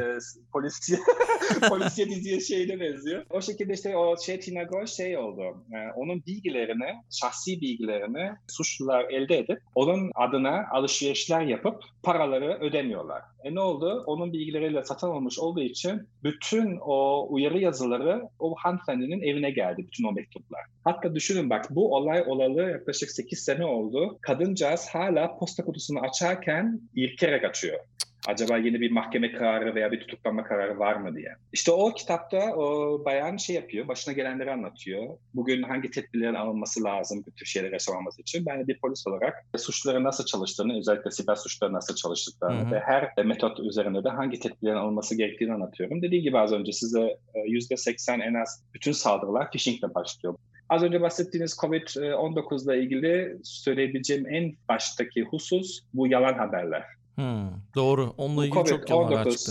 Polisiye diziye şeyine benziyor. O şekilde işte o Tina Groll oldu. Onun bilgilerini, şahsi bilgilerini suçlular elde edip onun adına alışverişler yapıp paraları ödemiyorlar. Ne oldu? Onun bilgileriyle satın alınmış olduğu için bütün o uyarı yazıları o hanımefendinin evine geldi. Bütün o mektuplar. Hatta düşünün bak bu olay olalı yaklaşık 8 sene oldu. Kadıncağız hala posta kutusunu açarken irkerek açıyor. Acaba yeni bir mahkeme kararı veya bir tutuklanma kararı var mı diye. İşte o kitapta o bayan yapıyor, başına gelenleri anlatıyor. Bugün hangi tedbirlerin alınması lazım bu tür şeyler yaşamaması için. Ben de bir polis olarak suçların nasıl çalıştığını, özellikle siber suçların nasıl çalıştıklarını ve her metot üzerinde de hangi tedbirlerin alınması gerektiğini anlatıyorum. Dediğim gibi az önce size %80 en az bütün saldırılar phishingle başlıyor. Az önce bahsettiğiniz Covid-19 ile ilgili söyleyebileceğim en baştaki husus bu yalan haberler. Doğru. Onunla ilgili çok yalan haber çıktı.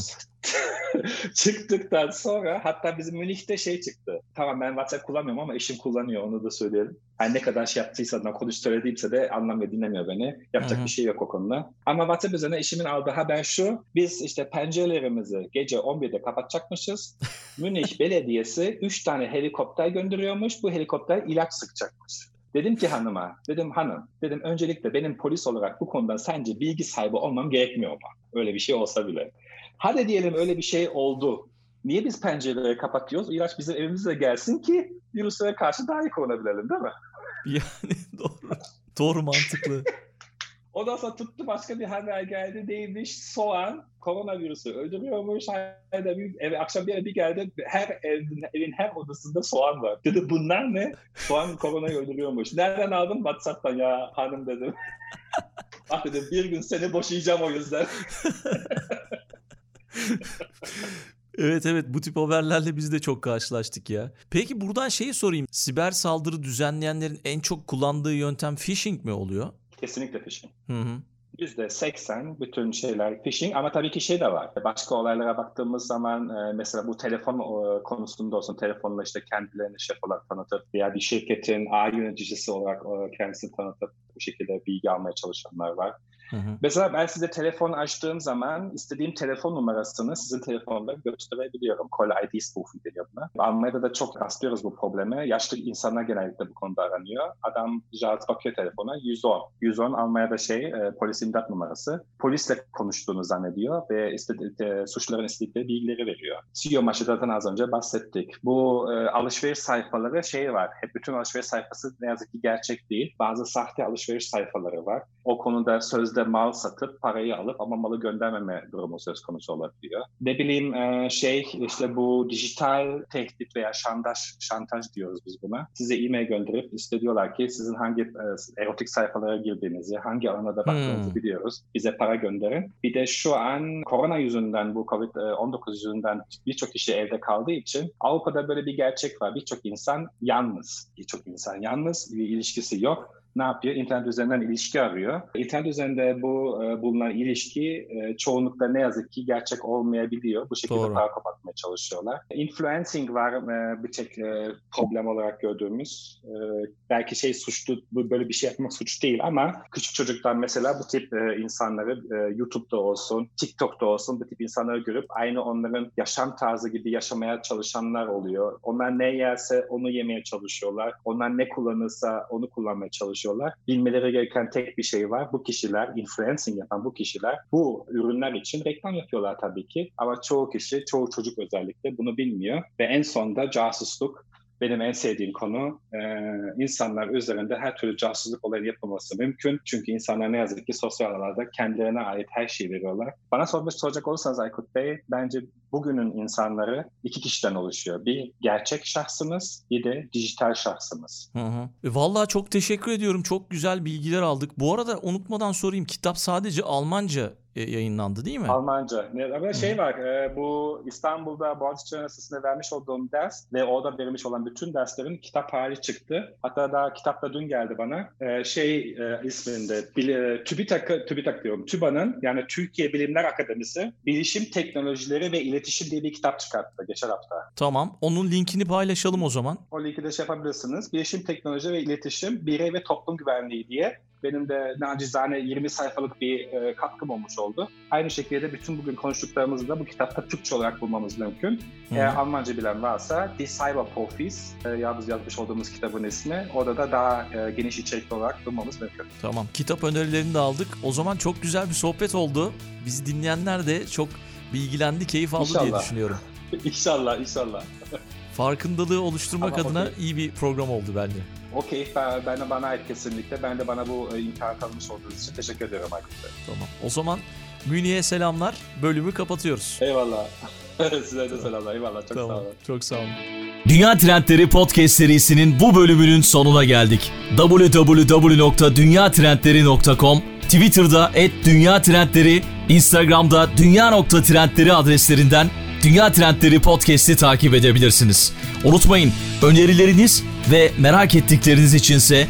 Çıktıktan sonra hatta bizim Münih'te çıktı. Tamam ben WhatsApp kullanmıyorum ama eşim kullanıyor, onu da söyleyelim. Yani ne kadar yaptıysa da söylediğimse de anlamıyor, dinlemiyor beni. Yapacak bir şey yok o konuda. Ama WhatsApp üzerine eşimin aldığı haber şu. Biz işte pencerelerimizi gece 11'de kapatacakmışız. Münih Belediyesi 3 tane helikopter gönderiyormuş. Bu helikopter ilaç sıkacakmış. Dedim ki hanıma, hanım, öncelikle benim polis olarak bu konuda sence bilgi sahibi olmam gerekmiyor mu? Öyle bir şey olsa bile. Hadi diyelim öyle bir şey oldu. Niye biz pencereleri kapatıyoruz? İlaç bizim evimize gelsin ki virüslere karşı daha iyi korunabilelim, değil mi? Yani doğru. Doğru, mantıklı. Ondan sonra tuttu başka bir haber geldi. Neymiş? Soğan koronavirüsü öldürüyormuş. Akşam bir geldi. Evin her odasında soğan var. Dedi bunlar ne? Soğan koronayı öldürüyormuş. Nereden aldın? WhatsApp'tan ya hanım dedim. Dedim bir gün seni boşayacağım o yüzden. Evet bu tip haberlerle biz de çok karşılaştık ya. Peki buradan sorayım. Siber saldırı düzenleyenlerin en çok kullandığı yöntem phishing mi oluyor? Kesinlikle phishing. %80 bütün şeyler phishing ama tabii ki de var. Başka olaylara baktığımız zaman mesela bu telefon konusunda olsun, telefonla işte kendilerini şef olarak tanıtıp veya bir şirketin A yöneticisi olarak kendisini tanıtıp bu şekilde bilgi almaya çalışanlar var. Mesela ben size telefon açtığım zaman istediğim telefon numarasını sizin telefonla gösterebiliyorum. Call ID spoofing deniyor. aslında. Almanya'da da çok rastlıyoruz bu probleme. Yaşlı insanlar genellikle bu konuda aranıyor. Adam bakıyor telefona 110. 110 Almanya'da polis imdat numarası. Polisle konuştuğunu zannediyor ve suçluların istedikleri bilgileri veriyor. CEO maçlardan az önce bahsettik. Bu alışveriş sayfaları var. Hep bütün alışveriş sayfası ne yazık ki gerçek değil. Bazı sahte alışveriş sayfaları var. O konuda sözde mal satıp parayı alıp ama malı göndermeme durumu söz konusu olabiliyor. Ne bileyim işte bu dijital tehdit veya şantaj diyoruz biz buna. Size e-mail gönderip diyorlar ki sizin hangi erotik sayfalara girdiğinizi, hangi alana da baktığınızı biliyoruz. Bize para gönderin. Bir de şu an korona yüzünden, bu Covid-19 yüzünden birçok kişi evde kaldığı için Avrupa'da böyle bir gerçek var. Birçok insan yalnız. Bir ilişkisi yok. Ne yapıyor? İnternet üzerinden ilişki arıyor. İnternet üzerinde bulunan ilişki çoğunlukla ne yazık ki gerçek olmayabiliyor. Bu şekilde para kapatmaya çalışıyorlar. Influencing var bir tek problem olarak gördüğümüz. Belki suçlu, böyle bir şey yapmak suç değil ama küçük çocuklar mesela bu tip insanları YouTube'da olsun, TikTok'ta olsun bu tip insanları görüp aynı onların yaşam tarzı gibi yaşamaya çalışanlar oluyor. Onlar ne yerse onu yemeye çalışıyorlar. Onlar ne kullanırsa onu kullanmaya çalışıyorlar. Bilmeleri gereken tek bir şey var. Bu kişiler, influencing yapan bu kişiler bu ürünler için reklam yapıyorlar tabii ki. Ama çoğu çocuk özellikle bunu bilmiyor. Ve en sonunda casusluk. Benim en sevdiğim konu, insanlar üzerinde her türlü casusluk olayı yapılması mümkün. Çünkü insanlar ne yazık ki sosyal alanlarda kendilerine ait her şeyi veriyorlar. Bana soracak olursanız Aykut Bey, bence bugünün insanları 2 kişiden oluşuyor. Bir gerçek şahsımız, bir de dijital şahsımız. Vallahi çok teşekkür ediyorum. Çok güzel bilgiler aldık. Bu arada unutmadan sorayım, kitap sadece Almanca yayınlandı değil mi? Almanca. Ama var, bu İstanbul'da Boğaziçi Üniversitesi'nde vermiş olduğum ders ve orada verilmiş olan bütün derslerin kitap hali çıktı. Hatta daha kitap da dün geldi bana. İsminde TÜBİTAK diyorum. TÜBA'nın, yani Türkiye Bilimler Akademisi Bilişim Teknolojileri ve İletişim diye bir kitap çıkarttı geçen hafta. Tamam. Onun linkini paylaşalım o zaman. O linki de yapabilirsiniz. Bilişim Teknoloji ve İletişim, Birey ve Toplum Güvenliği diye. Benim de nacizane 20 sayfalık bir katkım olmuş oldu. Aynı şekilde bütün bugün konuştuklarımızı da bu kitapta Türkçe olarak bulmamız mümkün. Eğer Almanca bilen varsa Die Cyberprofis yazmış olduğumuz kitabın ismi. Orada da daha geniş içerikli olarak bulmamız mümkün. Tamam. Kitap önerilerini de aldık. O zaman çok güzel bir sohbet oldu. Bizi dinleyenler de çok bilgilendi, keyif aldı diye düşünüyorum. İnşallah. Farkındalığı oluşturmak adına iyi bir program oldu bence. O keyif bana ait kesinlikle. Ben de bana bu imkan tanımış olduğunuz için teşekkür ediyorum Aykut Bey. Tamam. O zaman Münih'e selamlar. Bölümü kapatıyoruz. Eyvallah. Size de selamlar. Eyvallah. Çok tamam. Sağ olun. Çok sağ olun. Dünya Trendleri Podcast serisinin bu bölümünün sonuna geldik. www.dünyatrendleri.com, Twitter'da @dünyatrendleri, Instagram'da dünya.trendleri adreslerinden Dünya Trendleri Podcast'i takip edebilirsiniz. Unutmayın, önerileriniz ve merak ettikleriniz içinse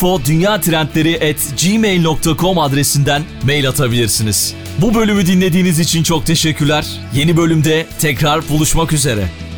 info@dünyatrendleri@gmail.com adresinden mail atabilirsiniz. Bu bölümü dinlediğiniz için çok teşekkürler. Yeni bölümde tekrar buluşmak üzere.